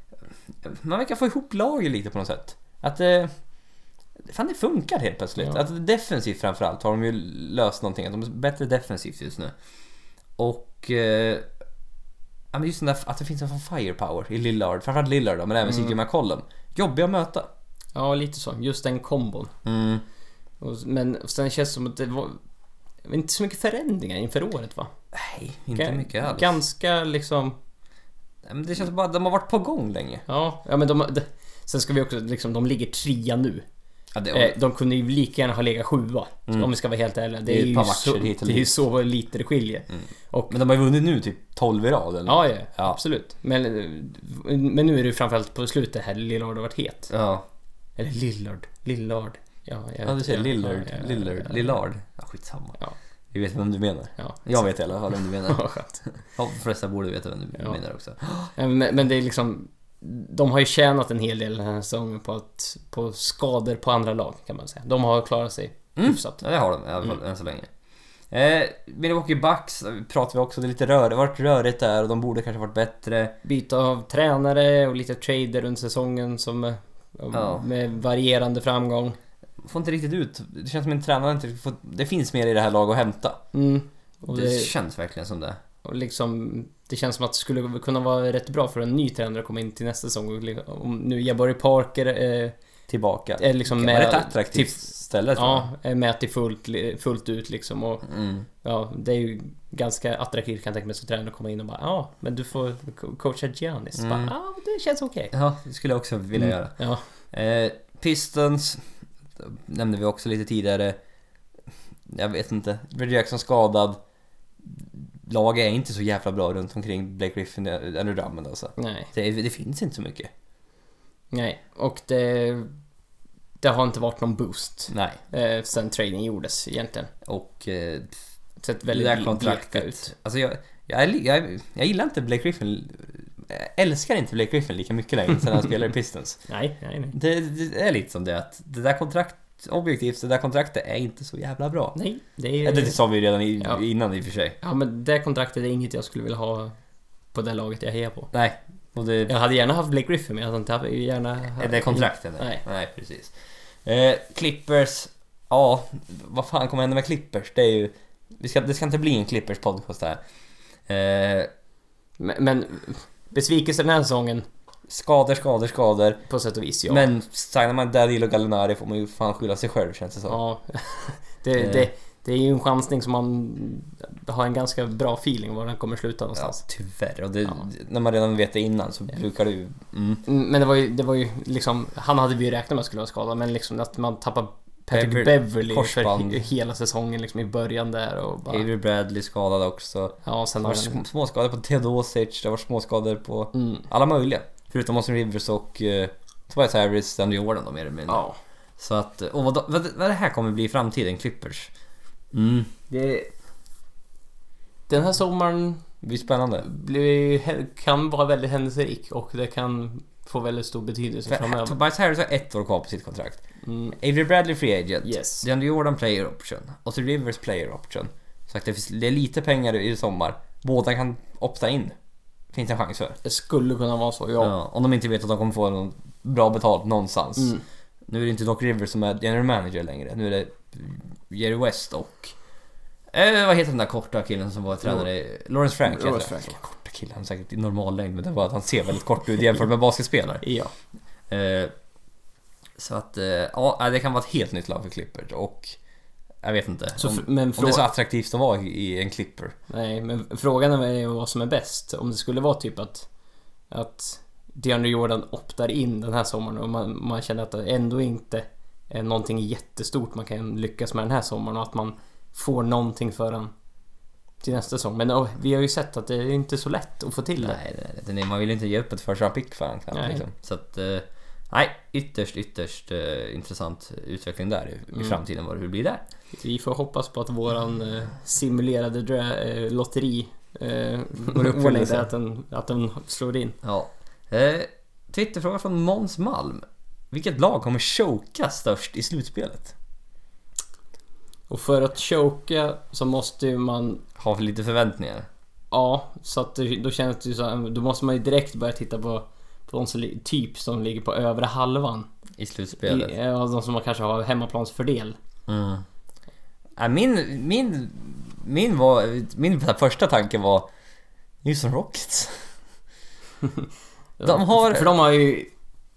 man verkar få ihop laget lite på något sätt. Att eh, fan, det funkar helt plötsligt. Ja. Att defensivt framförallt har de ju löst någonting. Att de är bättre defensivt just nu. Och eh, just den där, att det finns en firepower i Lillard, framförallt Lillard då, men även mm. C J McCollum. Jobbiga att möta. Ja, lite så. Just den kombon. Mm. Och, men sen känns det som att det var inte så mycket förändringar inför året, va? Nej, inte G- mycket alls. Ganska liksom... Men det känns bara att de har varit på gång länge. Ja, ja men de, de sen ska vi också liksom, de ligger trea nu. Ja, det är... De kunde ju lika gärna ha legat sjua, mm. om vi ska vara helt ärliga. Det, det är, är ju så, det är ju så lite det skiljer. Mm. Och, men de har ju vunnit nu typ tolv i rad eller? Ja, ja, ja, absolut. Men, men nu är det ju framförallt på slutet här Lillard har varit het. Ja. Eller Lillard, Lillard. Ja, jag ja du säger Lillard, ja, ja, Lillard, ja, ja. Lillard. Ja, skitsamma. Ja. Vi vet vem du menar. Ja. Jag vet i alla fall vem du menar. Ja, skönt. Ja, de flesta borde veta vem du ja. menar också. Men, men det är liksom, de har ju tjänat en hel del den här säsongen på, att, på skador på andra lag, kan man säga. De har klarat sig mm. hyfsat. Ja, det har de i alla fall mm. än så länge. Eh, Milwaukee Bucks pratar vi också, det är lite rör, det har varit rörigt där och de borde kanske varit bättre. Byta av tränare och lite trader under säsongen som ja. med varierande framgång. Får inte riktigt ut. Det känns som en tränare inte får, det finns mer i det här laget att hämta. Mm. Och det, det känns verkligen som det. Och liksom, det känns som att det skulle kunna vara rätt bra för en ny tränare att komma in till nästa säsong. Om nu Jabari Parker är tillbaka. Är liksom med ett attraktivt ställe. Ja, är med till fullt, fullt ut liksom. Och mm. ja, det är ju ganska attraktivt, kan jag tänka mig, som tränare att komma in och bara, ja, men du får coacha Giannis. Mm. Bara, ja, det känns okej. Okay. Ja, det skulle jag också vilja mm. göra. Ja. Eh, Pistons nämnde vi också lite tidigare. Jag vet inte. Reggie Jackson skadad. Laget är inte så jävla bra runt omkring Blake Griffin eller Drummond alltså. Nej. Det, det finns inte så mycket. Nej, och det det har inte varit någon boost. Nej. Eh, sen trading gjordes egentligen. Och eh, sett väldigt det där kontraktet ut. Alltså jag jag, jag jag gillar inte Blake Griffin. Jag älskar inte Blake Griffin lika mycket längre sen han spelar i Pistons. Nej, nej, nej. Det, det är lite som det att det där kontrakt objektivt, det där kontraktet är inte så jävla bra. Nej, det är det sa vi redan i, ja. innan i och för sig. Ja, men det kontraktet är inget jag skulle vilja ha på det laget jag hejar på. Nej. Och det... Jag hade gärna haft Blake Griffin, men jag hade inte gärna... Är det kontraktet? Nej. Nej, precis. eh, Clippers. Ja, vad fan kommer hända med Clippers? Det är ju vi ska, det ska inte bli en Clippers podcast här. eh, Men, men besvikelse den här säsongen Skador, skador, skador. på sätt och vis, ja. Men signar man Dadil och Gallinari får man ju fan skylla sig själv, känns det så. Ja, det, Eh. det, det är ju en chansning som man har en ganska bra feeling var den kommer sluta Ja, någonstans. tyvärr. Och det, Ja. när man redan vet det innan så brukar det ju... Mm. Mm, Men det var ju, det var ju liksom, han hade vi ju räknat med att skulle vara skadad, men liksom att man tappar Patrick Bever- Beverly korsband. för he- hela säsongen liksom i början där och bara, Avery Bradley skadad också. ja, sen Det har var han, sm- småskador på Teodosic, det var småskador på mm, alla möjliga. Förutom Austin Rivers och uh, Tobias Harris, Andy Jordan då, mer eller mindre. ja. Så att, och vad, då, vad, vad det här kommer bli i framtiden, Clippers. Mm. Det, den här sommaren Det blir spännande. blir, kan vara väldigt händelserik och det kan få väldigt stor betydelse För, framöver. Tobias Harris har ett år kvar på sitt kontrakt. Mm, Avery Bradley free agent. yes. Andy Jordan player option. Austin Rivers player option. Så att det, finns, det är lite pengar i sommar. Båda kan opta in. Finns en chans för. Det skulle kunna vara så, ja. Ja, om de inte vet att de kommer få någon bra betalt någonstans. Mm. Nu är det inte Doc Rivers som är general manager längre. Nu är det Jerry West och eh, vad heter den där korta killen som var tränare? Lawrence Frank. heter Lawrence det. Frank. Korta killen, han är säkert i normal längd, men det var att han ser väldigt kort ut jämfört med basketspelare. Ja. Eh, så att eh, ja, det kan vara ett helt nytt lag för Clippers och jag vet inte Så, om, f- men om det är så frå- attraktivt att vara i, i en Clipper. nej, men frågan är ju vad som är bäst. Om det skulle vara typ att att DeAndre Jordan optar in den här sommaren och man, man känner att det ändå inte är någonting jättestort man kan lyckas med den här sommaren och att man får någonting för den till nästa säsong. Men oh, vi har ju sett att det är inte så lätt att få till det. Nej, det, det, man vill inte ge upp ett första pick för han Nej. liksom. Så att eh, nej, ytterst ytterst eh, intressant utveckling där i, Mm. i framtiden vad det blir där. Vi får hoppas på att våran eh, simulerade dra- eh, lotteri eh, Går upp ordning för där, att den, att den slår in. Ja. Eh, Twitterfråga från Måns Malm. Vilket lag kommer choka störst i slutspelet? Och för att choka så måste ju man, Har lite förväntningar. ja, så att det, då känns det ju så, då måste man ju direkt börja titta på, på de som, li- typ som ligger på övre halvan. I slutspelet. I, ja, de som man kanske har hemmaplansfördel. Mm. Ja, min, min, min, var, min första tanke var Houston Rockets. De har- För de har ju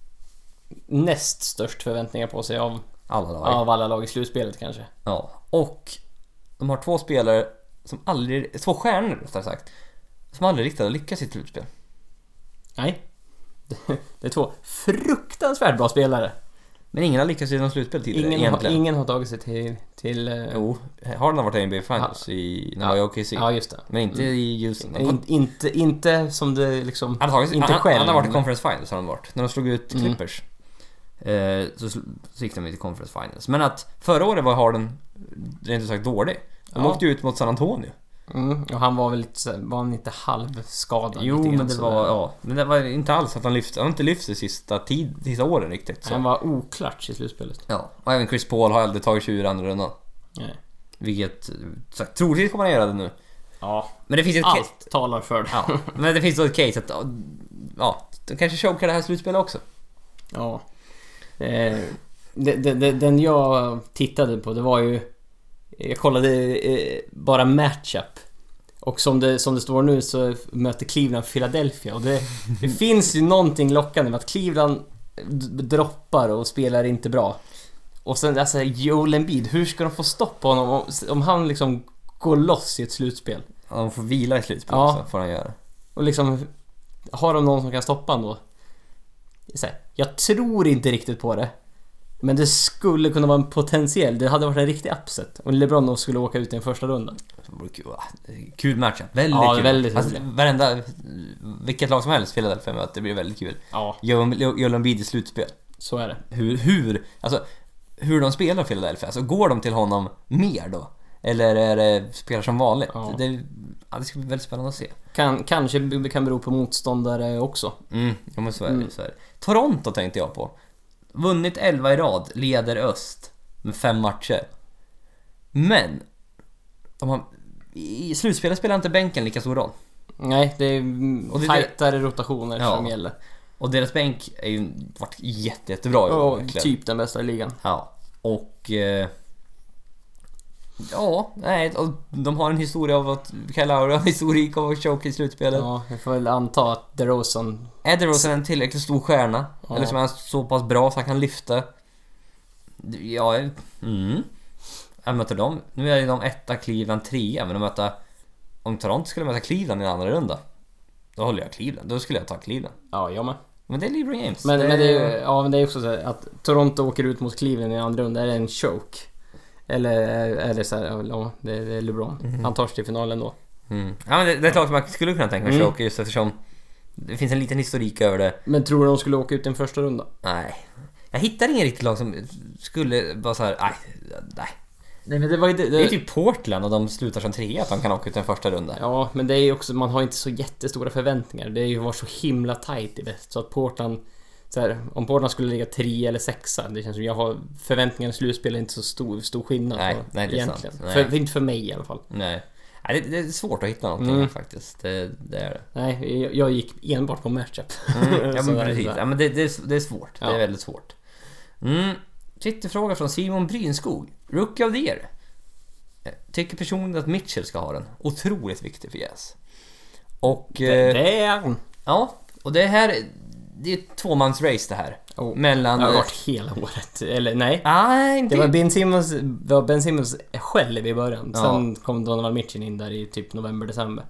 näst störst förväntningar på sig av, Alla lag. av alla lag i slutspelet kanske. Ja. Och de har två spelare som aldrig, två stjärnor rättare sagt, som aldrig riktigt har lyckats i ett slutspel. Nej. Det är två fruktansvärt bra spelare. Men ingen har lyckats i någon slutspel tidigare Ingen har, egentligen. ingen har tagit sig till... till eh, Jo, Harden har varit i N B A Finals i, när han var i O K C. ja, just det. Men inte i Houston. De- In, inte, inte som det liksom... Han har, tagit, inte han, själv. han har varit i Conference Finals har han varit. När de slog ut Mm. Clippers. Eh, så, sl- så gick de till Conference Finals. Men att förra året var Harden rent ut sagt dålig. De Ja. åkte ut mot San Antonio. Mm, och han var väl lite, så- var han inte halvskadad? Jo, lite grann men det sådär. var, ja, men det var inte alls att han lyfte, han har inte lyft sig sista, tid, sista åren riktigt. Så. Han var oklatch i slutspelet. Ja, och även Chris Paul har aldrig tagit tjugo i andra rundan. Nej. Vilket, så, troligtvis kommer han göra det nu. Ja, Men det finns ett case. allt talar för det. Ja, men det finns då ett case att, ja, de kanske chokar det här slutspelet också. Ja. Eh, det, det, det, den jag tittade på, det var ju... Jag kollade eh, bara matchup. Och som det, som det står nu så möter Cleveland Philadelphia. Och det, det finns ju någonting lockande med att Cleveland d- droppar och spelar inte bra. Och sen alltså Joel Embiid, hur ska de få stopp på honom om, om han liksom går loss i ett slutspel? Ja, de får vila i slutspelet Ja. också, får han göra. Och liksom, har de någon som kan stoppa honom då? Så här, jag tror inte riktigt på det. Men det skulle kunna vara en potentiell. Det hade varit en riktig upset om LeBron då skulle åka ut i en första runda. Kul matchup, väldigt Ja, kul. väldigt alltså, roligt. varenda, vilket lag som helst Philadelphia möter, det blir väldigt kul. Ja, Joel Joel Embiid i slutspel. så är det. Hur, hur, alltså, hur de spelar Philadelphia, alltså går de till honom mer då? Eller är det spelar som vanligt? Ja. Det, ja, det ska bli väldigt spännande att se. Kan, kanske b- kan bero på motståndare också. Mm, ja, men så är det, Mm. så är det. Toronto tänkte jag på. Vunnit elva i rad, leder öst med fem matcher. Men de har, i slutspelet spelar inte bänken lika stor roll. Nej, det är Och det- tajtare rotationer Ja. som gäller. Och deras bänk är ju varit jätte, jättebra i år, Ja, typ den bästa i ligan. Ja, och eh, ja, nej, och de har en historia av att Kyle Lowry har en historik av att choke i slutspelet. Ja, jag får väl anta att DeRozan... Är DeRozan en tillräckligt stor stjärna? Ja. Eller som är så pass bra så han kan lyfta? Ja, mm. Jag möter dem. Nu är de etta, Cleveland trea, men de möter... Om Toronto skulle möta Cleveland i en andra runda, då håller jag Cleveland. Då skulle jag ta Cleveland. Ja, jag med. Men det är LeBron James. Men det... men det är, ja, men det är också så att Toronto åker ut mot Cleveland i en andra runda. Är det en choke? Eller är det så här, ja, det är LeBron. Mm. Han tar sig till finalen då. Mm. Ja, men det, det är klart att man skulle kunna tänka mig mm. choke, just eftersom det finns en liten historik över det. Men tror du de skulle åka ut i en första runda? Nej. Jag hittar ingen riktigt lag som skulle bara så här, nej, nej. Nej, men det var ju det, det... det är typ Portland och de slutar som trea att de kan åka ut i en första runda. Ja, men det är ju också, man har inte så jättestora förväntningar. Det är ju var så himla tight i väst. Så att Portland, så här, om Portland skulle ligga tre eller sexa, det känns som jag har förväntningarna i slutspel är inte så stor, stor skillnad. Nej, på, nej, det är egentligen. sant. Nej. För, inte för mig i alla fall. Nej. Nej, det, det är svårt att hitta någonting mm. här, faktiskt. Det, det är det. Nej, jag, jag gick enbart på matchup. Mm, ja, men precis. Ja, men det, det, är, det är svårt. Ja. Det är väldigt svårt. Mm. Twitterfråga från Simon Brynskog. Rookie of the year. Tycker personligen att Mitchell ska ha den. Otroligt viktig för Jazz. Och det, det är han. Ja, och det här det är ett tvåmans race det här. Oh, mellan det har varit hela året. Eller nej. Ah, inte. Det var Ben Simmons, var Ben Simmons själv i början. Ja. Sen kom Donovan Mitchell in där i typ november december.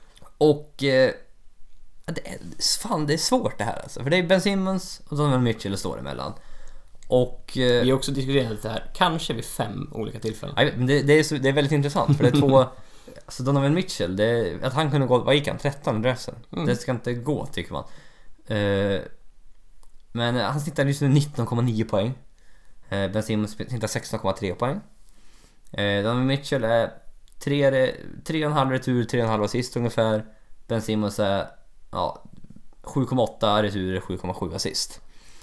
Och eh, det är, fan, det är svårt det här alltså. För det är Ben Simmons och Donovan Mitchell det står emellan. Och eh, vi har också diskuterat det här kanske vid fem olika tillfällen. Nej, men det, det, är så, det är väldigt intressant för det är två alltså Donovan Mitchell, det är, att han kunde gå, vad gick han? tretton i draften. Mm. Det ska inte gå, tycker man. Eh, men han snittar just nu nitton komma nio poäng. Eh, Ben Simmons snittar sexton komma tre poäng. Eh, Donovan Mitchell är tre komma fem retur, tre komma fem assist ungefär. Ben Simmons är ja, sju komma åtta retur, sju komma sju assist.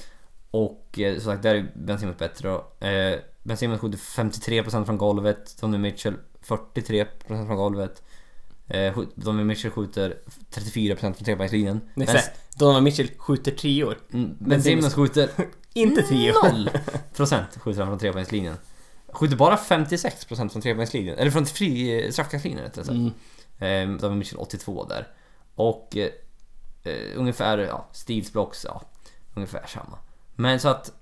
Och eh, så sagt, där är Ben Simmons bättre då. Eh, Ben Simmons skjuter femtiotre procent från golvet, Donovan Mitchell fyrtiotre procent från golvet. Eh, Donovan Mitchell skjuter trettiofyra procent från trepoängslinjen. Men Donovan Mitchell skjuter treor. Mm, Ben Simmons skjuter inte treor. noll procent skjuter han från trepoängslinjen. Skjuter bara femtiosex procent från trepoängslinjen. Eller från fri straffkastlinjen rättare sagt. Mm. Eh, Donovan Mitchell åttiotvå där. Och eh, eh, ungefär, ja, steals, blocks, ja, ungefär samma. Men så att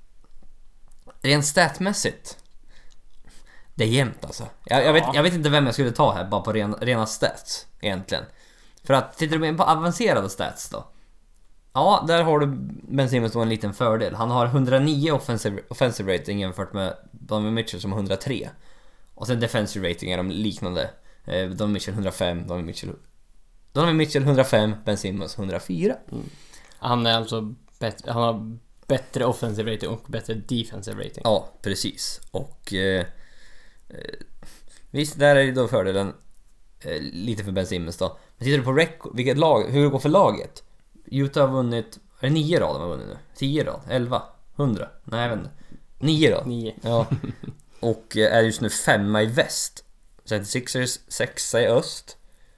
rent statmässigt det är jämnt alltså. Jag, jag, vet, jag vet inte vem jag skulle ta här bara på ren, rena stats egentligen. För att tittar du på avancerade stats då. Ja, där har du Ben Simmons då en liten fördel. Han har etthundranio offensive, offensive rating jämfört med Donovan Mitchell som har hundratre. Och sen defensive rating är de liknande. eh, Donovan Mitchell hundrafem, Donovan Mitchell Donovan Mitchell hundrafem, Ben Simmons hundrafyra. Mm. Han är alltså bättre, han har bättre offensive rating och bättre defensive rating. Ja, precis. Och eh, eh, visst, där är det då fördelen eh, lite för Ben Simmons då. Men tittar du på record, vilket lag, hur det går för laget. Utah har vunnit, är det nio rad de har vunnit nu? tio rad, elva, hundra, nej jag vet inte. nio rad. nio. Ja. Och är just nu femma i väst. Sen Sixers sexa i öst.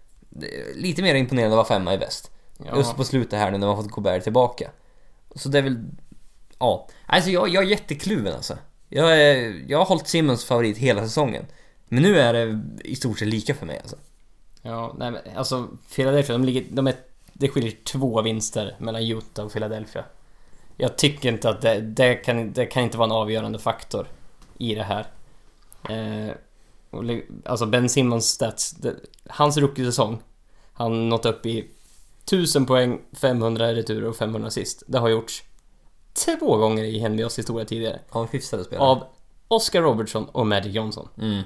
Lite mer imponerande att vara femma i väst. Ja. Just på slutet här nu när man fått Gobert tillbaka. Så det är väl, ja. Alltså jag, jag är jättekluven alltså. Jag, är, jag har hållit Simmons favorit hela säsongen. Men nu är det i stort sett lika för mig alltså. Ja, nej men alltså Philadelphia, de ligger, de är, det skiljer två vinster mellan Utah och Philadelphia. Jag tycker inte att det, det, kan, det kan inte vara en avgörande faktor i det här. Eh, och, alltså Ben Simmons stats, det, hans rookie-säsong, han nått upp i tusen poäng, femhundra returer och femhundra assist. Det har gjorts två gånger i N B A:s historia tidigare. Av hyfsade spelare. Av Oscar Robertson och Magic Johnson. Mm.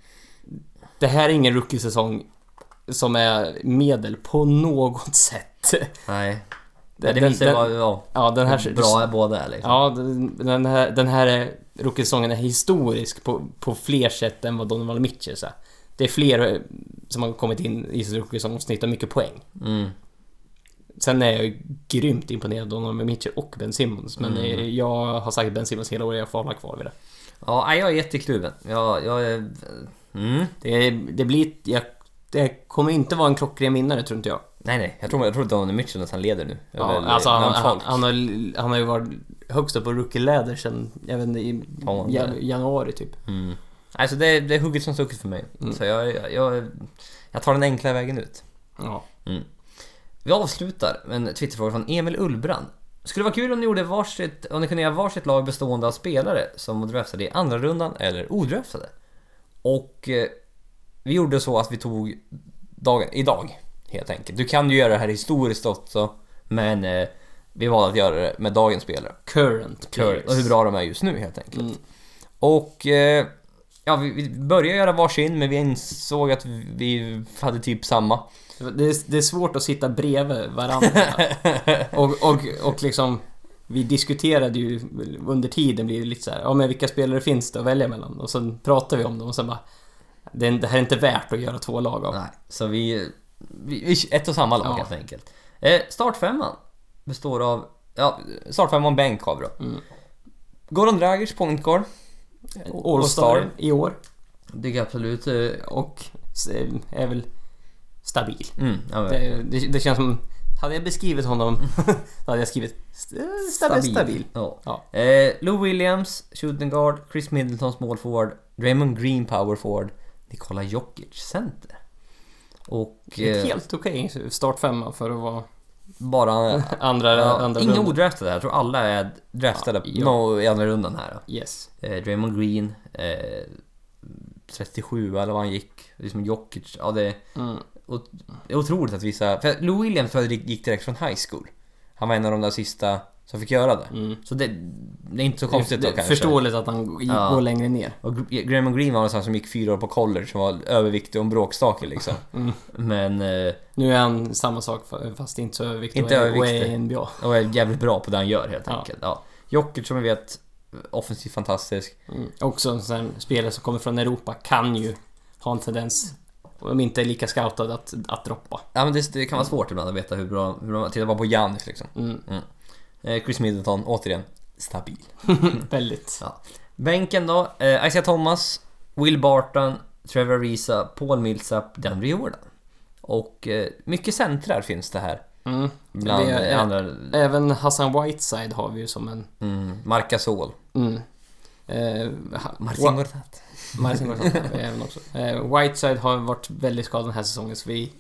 Det här är ingen rookie-säsong som är medel på något sätt. Nej. Den, det visar den, vad ja, ja, den här, bra är båda är liksom. Ja, den här, den här rookie-säsongen är historisk på, på fler sätt än vad Donovan Mitchell är. Det är fler som har kommit in i sin rookie som snittar mycket poäng. Mm. Sen är jag ju grymt imponerad av Donovan Mitchell och Ben Simmons. Men mm. jag har sagt Ben Simmons hela året, jag får hålla kvar vid det. Ja, jag är jättekluven. Jag, jag är... Mm. Det, det blir... Jag, det kommer inte vara en klockren vinnare, tror inte jag. Nej, nej. Jag tror, jag tror att Donovan Mitchell att han leder nu. Ja, Över, alltså han, bland han, folk. han, har, han har ju varit högst upp på rookie-läder sen, jag vet inte, i Ja, det- jan, januari typ. Mm. Alltså det är, det är hugget som stucket för mig. Mm. Så jag, jag, jag, jag tar den enkla vägen ut. Ja. Mm. Vi avslutar med en Twitterfråga från Emil Ullbrand. Skulle vara kul om ni gjorde varsitt, om ni kunde göra varsitt lag bestående av spelare som var draftade i andra rundan eller odraftade. Och eh, vi gjorde så att vi tog dagen, idag helt enkelt. Du kan ju göra det här historiskt också, men eh, vi valde att göra det med dagens spelare. Current players. Och hur bra de är just nu helt enkelt. Mm. Och eh, ja, vi, vi började göra varsin, men vi insåg att vi hade typ samma. Det är, det är svårt att sitta bredvid varandra. och, och, och liksom vi diskuterade ju under tiden, blir det lite så här, ja men vilka spelare finns det att välja mellan? Och sen pratade vi om dem och sen bara, det, är, det här är inte värt att göra två lag av. Nej, så vi, vi, vi ett och samma lag Ja. helt enkelt. Eh, startfemman består av, ja, startfemman bänk har vi då. Mm. Goran Dragic, point guard. All-star i år. Det är absolut. Eh, Och är väl stabil. mm, ja, men, Det, det, det känns som, hade jag beskrivit honom så hade jag skrivit st- stabil. stabil. Ja. Ja. Eh, Lou Williams, shooting guard. Chris Middleton, small forward. Draymond Green, power forward. Nikola Jokic, center. Och Ett eh, helt okej startfemma för att vara bara andra, ja, andra inga rundan. odraftade här. Jag tror alla är draftade Ja, ja. no, i andra rundan här då. Yes. eh, Draymond Green eh, trettiosju eller vad han gick. Liksom Jokic. Ja, det är, Mm. och, det är otroligt att vissa. För Lou Williams för gick direkt från high school. Han var en av de där sista som fick göra det. Mm. Så det, det är inte så konstigt det, då det, kanske. förståeligt att han går, Ja. går längre ner. Och Draymond Green var en sån som gick fyra år på college, som var överviktig och en bråkstake liksom. Mm. Men eh, Nu är han samma sak fast inte så överviktig. Inte och är- överviktig. och är i N B A. och är jävligt bra på det han gör helt Ja. enkelt. Ja. Jokic som vi vet, offensivt fantastisk. Mm. Också en sån spelare som kommer från Europa kan ju ha en tendens, om de inte är lika scoutade, att, att droppa. Ja, men det, det kan vara svårt ibland att veta hur bra, hur bra titta bara på Giannis liksom. Mm. Mm. Eh, Chris Middleton, återigen stabil. Väldigt. Ja. Bänken då, eh, Isaiah Thomas, Will Barton, Trevor Ariza, Paul Millsap, DeAndre Jordan. Och eh, mycket centrar finns det här. Mm. Bland Vi är- eh, andra. Även Hassan Whiteside har vi ju som en... Mm, Marc Gasol. Mm. Eh, ha- Marcin Wa- Gortat. Marcin Gortat har vi även också. Eh, Whiteside har varit väldigt skadad den här säsongen, så vi...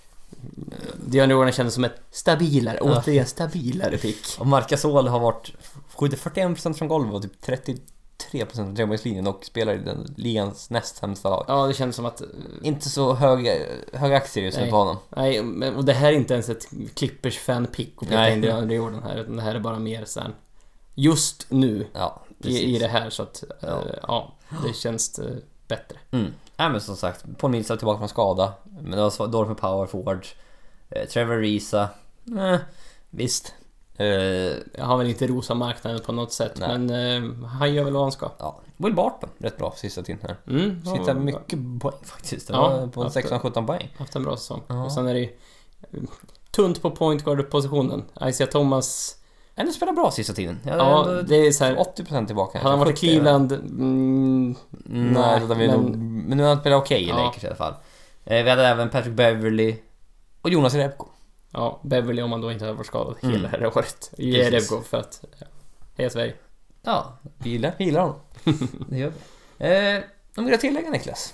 DeAndre Jordan kändes som ett stabilare, Ja. återigen stabilare pick. Och Marc Gasol har varit skjuter fyrtioen procent från golvet och typ trettiotre procent från trepoängslinjen och spelar i den ligans näst sämsta lag. Ja, det känns som att... Inte så hög, hög aktier just nu Nej. på honom. Nej, men- och det här är inte ens ett Clippers fan-pick och peta Nej. in DeAndre Jordan här, utan det här är bara mer sen just nu Ja, i, i det här, så att Ja. ja, ja det känns eh, bättre. Mm. Ja, men som sagt, Paul Millsap tillbaka från skada. Men det var dåligt med power forward. Eh, Trevor Ariza, eh, visst. Eh, Jag har väl inte rosa marknaden på något sätt, Nej. men eh, han gör väl vad han ska. ja. Will Barton, rätt bra sista tiden här. Mm, Sitter ja, mycket poäng faktiskt. Det Ja, var på haft- sexton sjutton poäng. haft en bra säsong. Ja. Och sen är det ju eh, tunt på point guard-positionen. Isaiah Thomas, Ändå spelar bra sista tiden. Jag ja, ändå det är så här. åttio procent tillbaka. Han har varit i sjuttio. Cleveland, mm, Nej, Nej, men, vi men- nog, men nu har han spelat okej i Ja. Lakers i alla fall. Eh, vi hade även Patrick Beverly och Jonas Rebko. ja, Beverly om man då inte har varit skadad Mm. hela det här året. Precis. Jerebko för att, ja, heja Sverige. Ja, vi gillar, vi gillar honom. Det gör vi. Eh, om du vill tillägga, Niklas?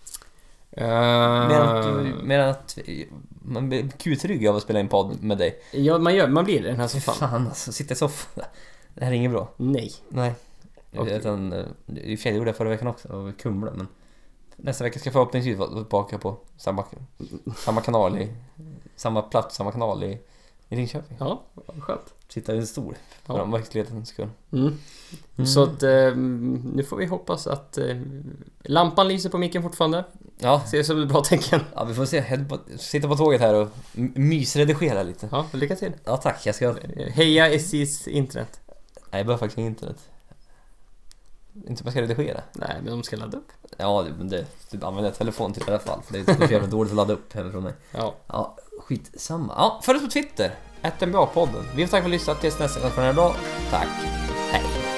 Uh, Mer att, du- mer att man blir kutrygg av att spela en podd med dig. ja, man, gör, man blir det den här soffan. Fan alltså, sitta i soffan. Det här är inget bra. Nej. Nej. Okej. Utan, eh, i och för sig gjorde jag förra veckan också, och Kumla, men nästa vecka ska jag förhoppningsvis vara tillbaka på samma, samma kanal i samma plats, samma kanal i, i Linköping. Ja, skönt. Sitta i en stol för Ja. ja. verklighetens skull. Mm. Mm. Så att eh, nu får vi hoppas att eh, lampan lyser på micken fortfarande. Ja, Ser som ett bra tecken. ja, vi får se. Jag sitter på tåget här och m- mysredigera lite. Ja, lycka till. Ja, tack. Jag ska... Heja S J:s internet. Nej, jag behöver faktiskt internet. Inte om jag ska redigera. Nej, men de ska ladda upp. Ja, det- men det... Du använder telefon till i alla fall. För det är så jävla dåligt att ladda upp hemifrån mig. Ja. Ja, skitsamma. Ja, följ oss på Twitter. at N B A-podden. Vi får tack för att ni lyssnat. Tills nästa gång. För den här dag. Tack. Hej.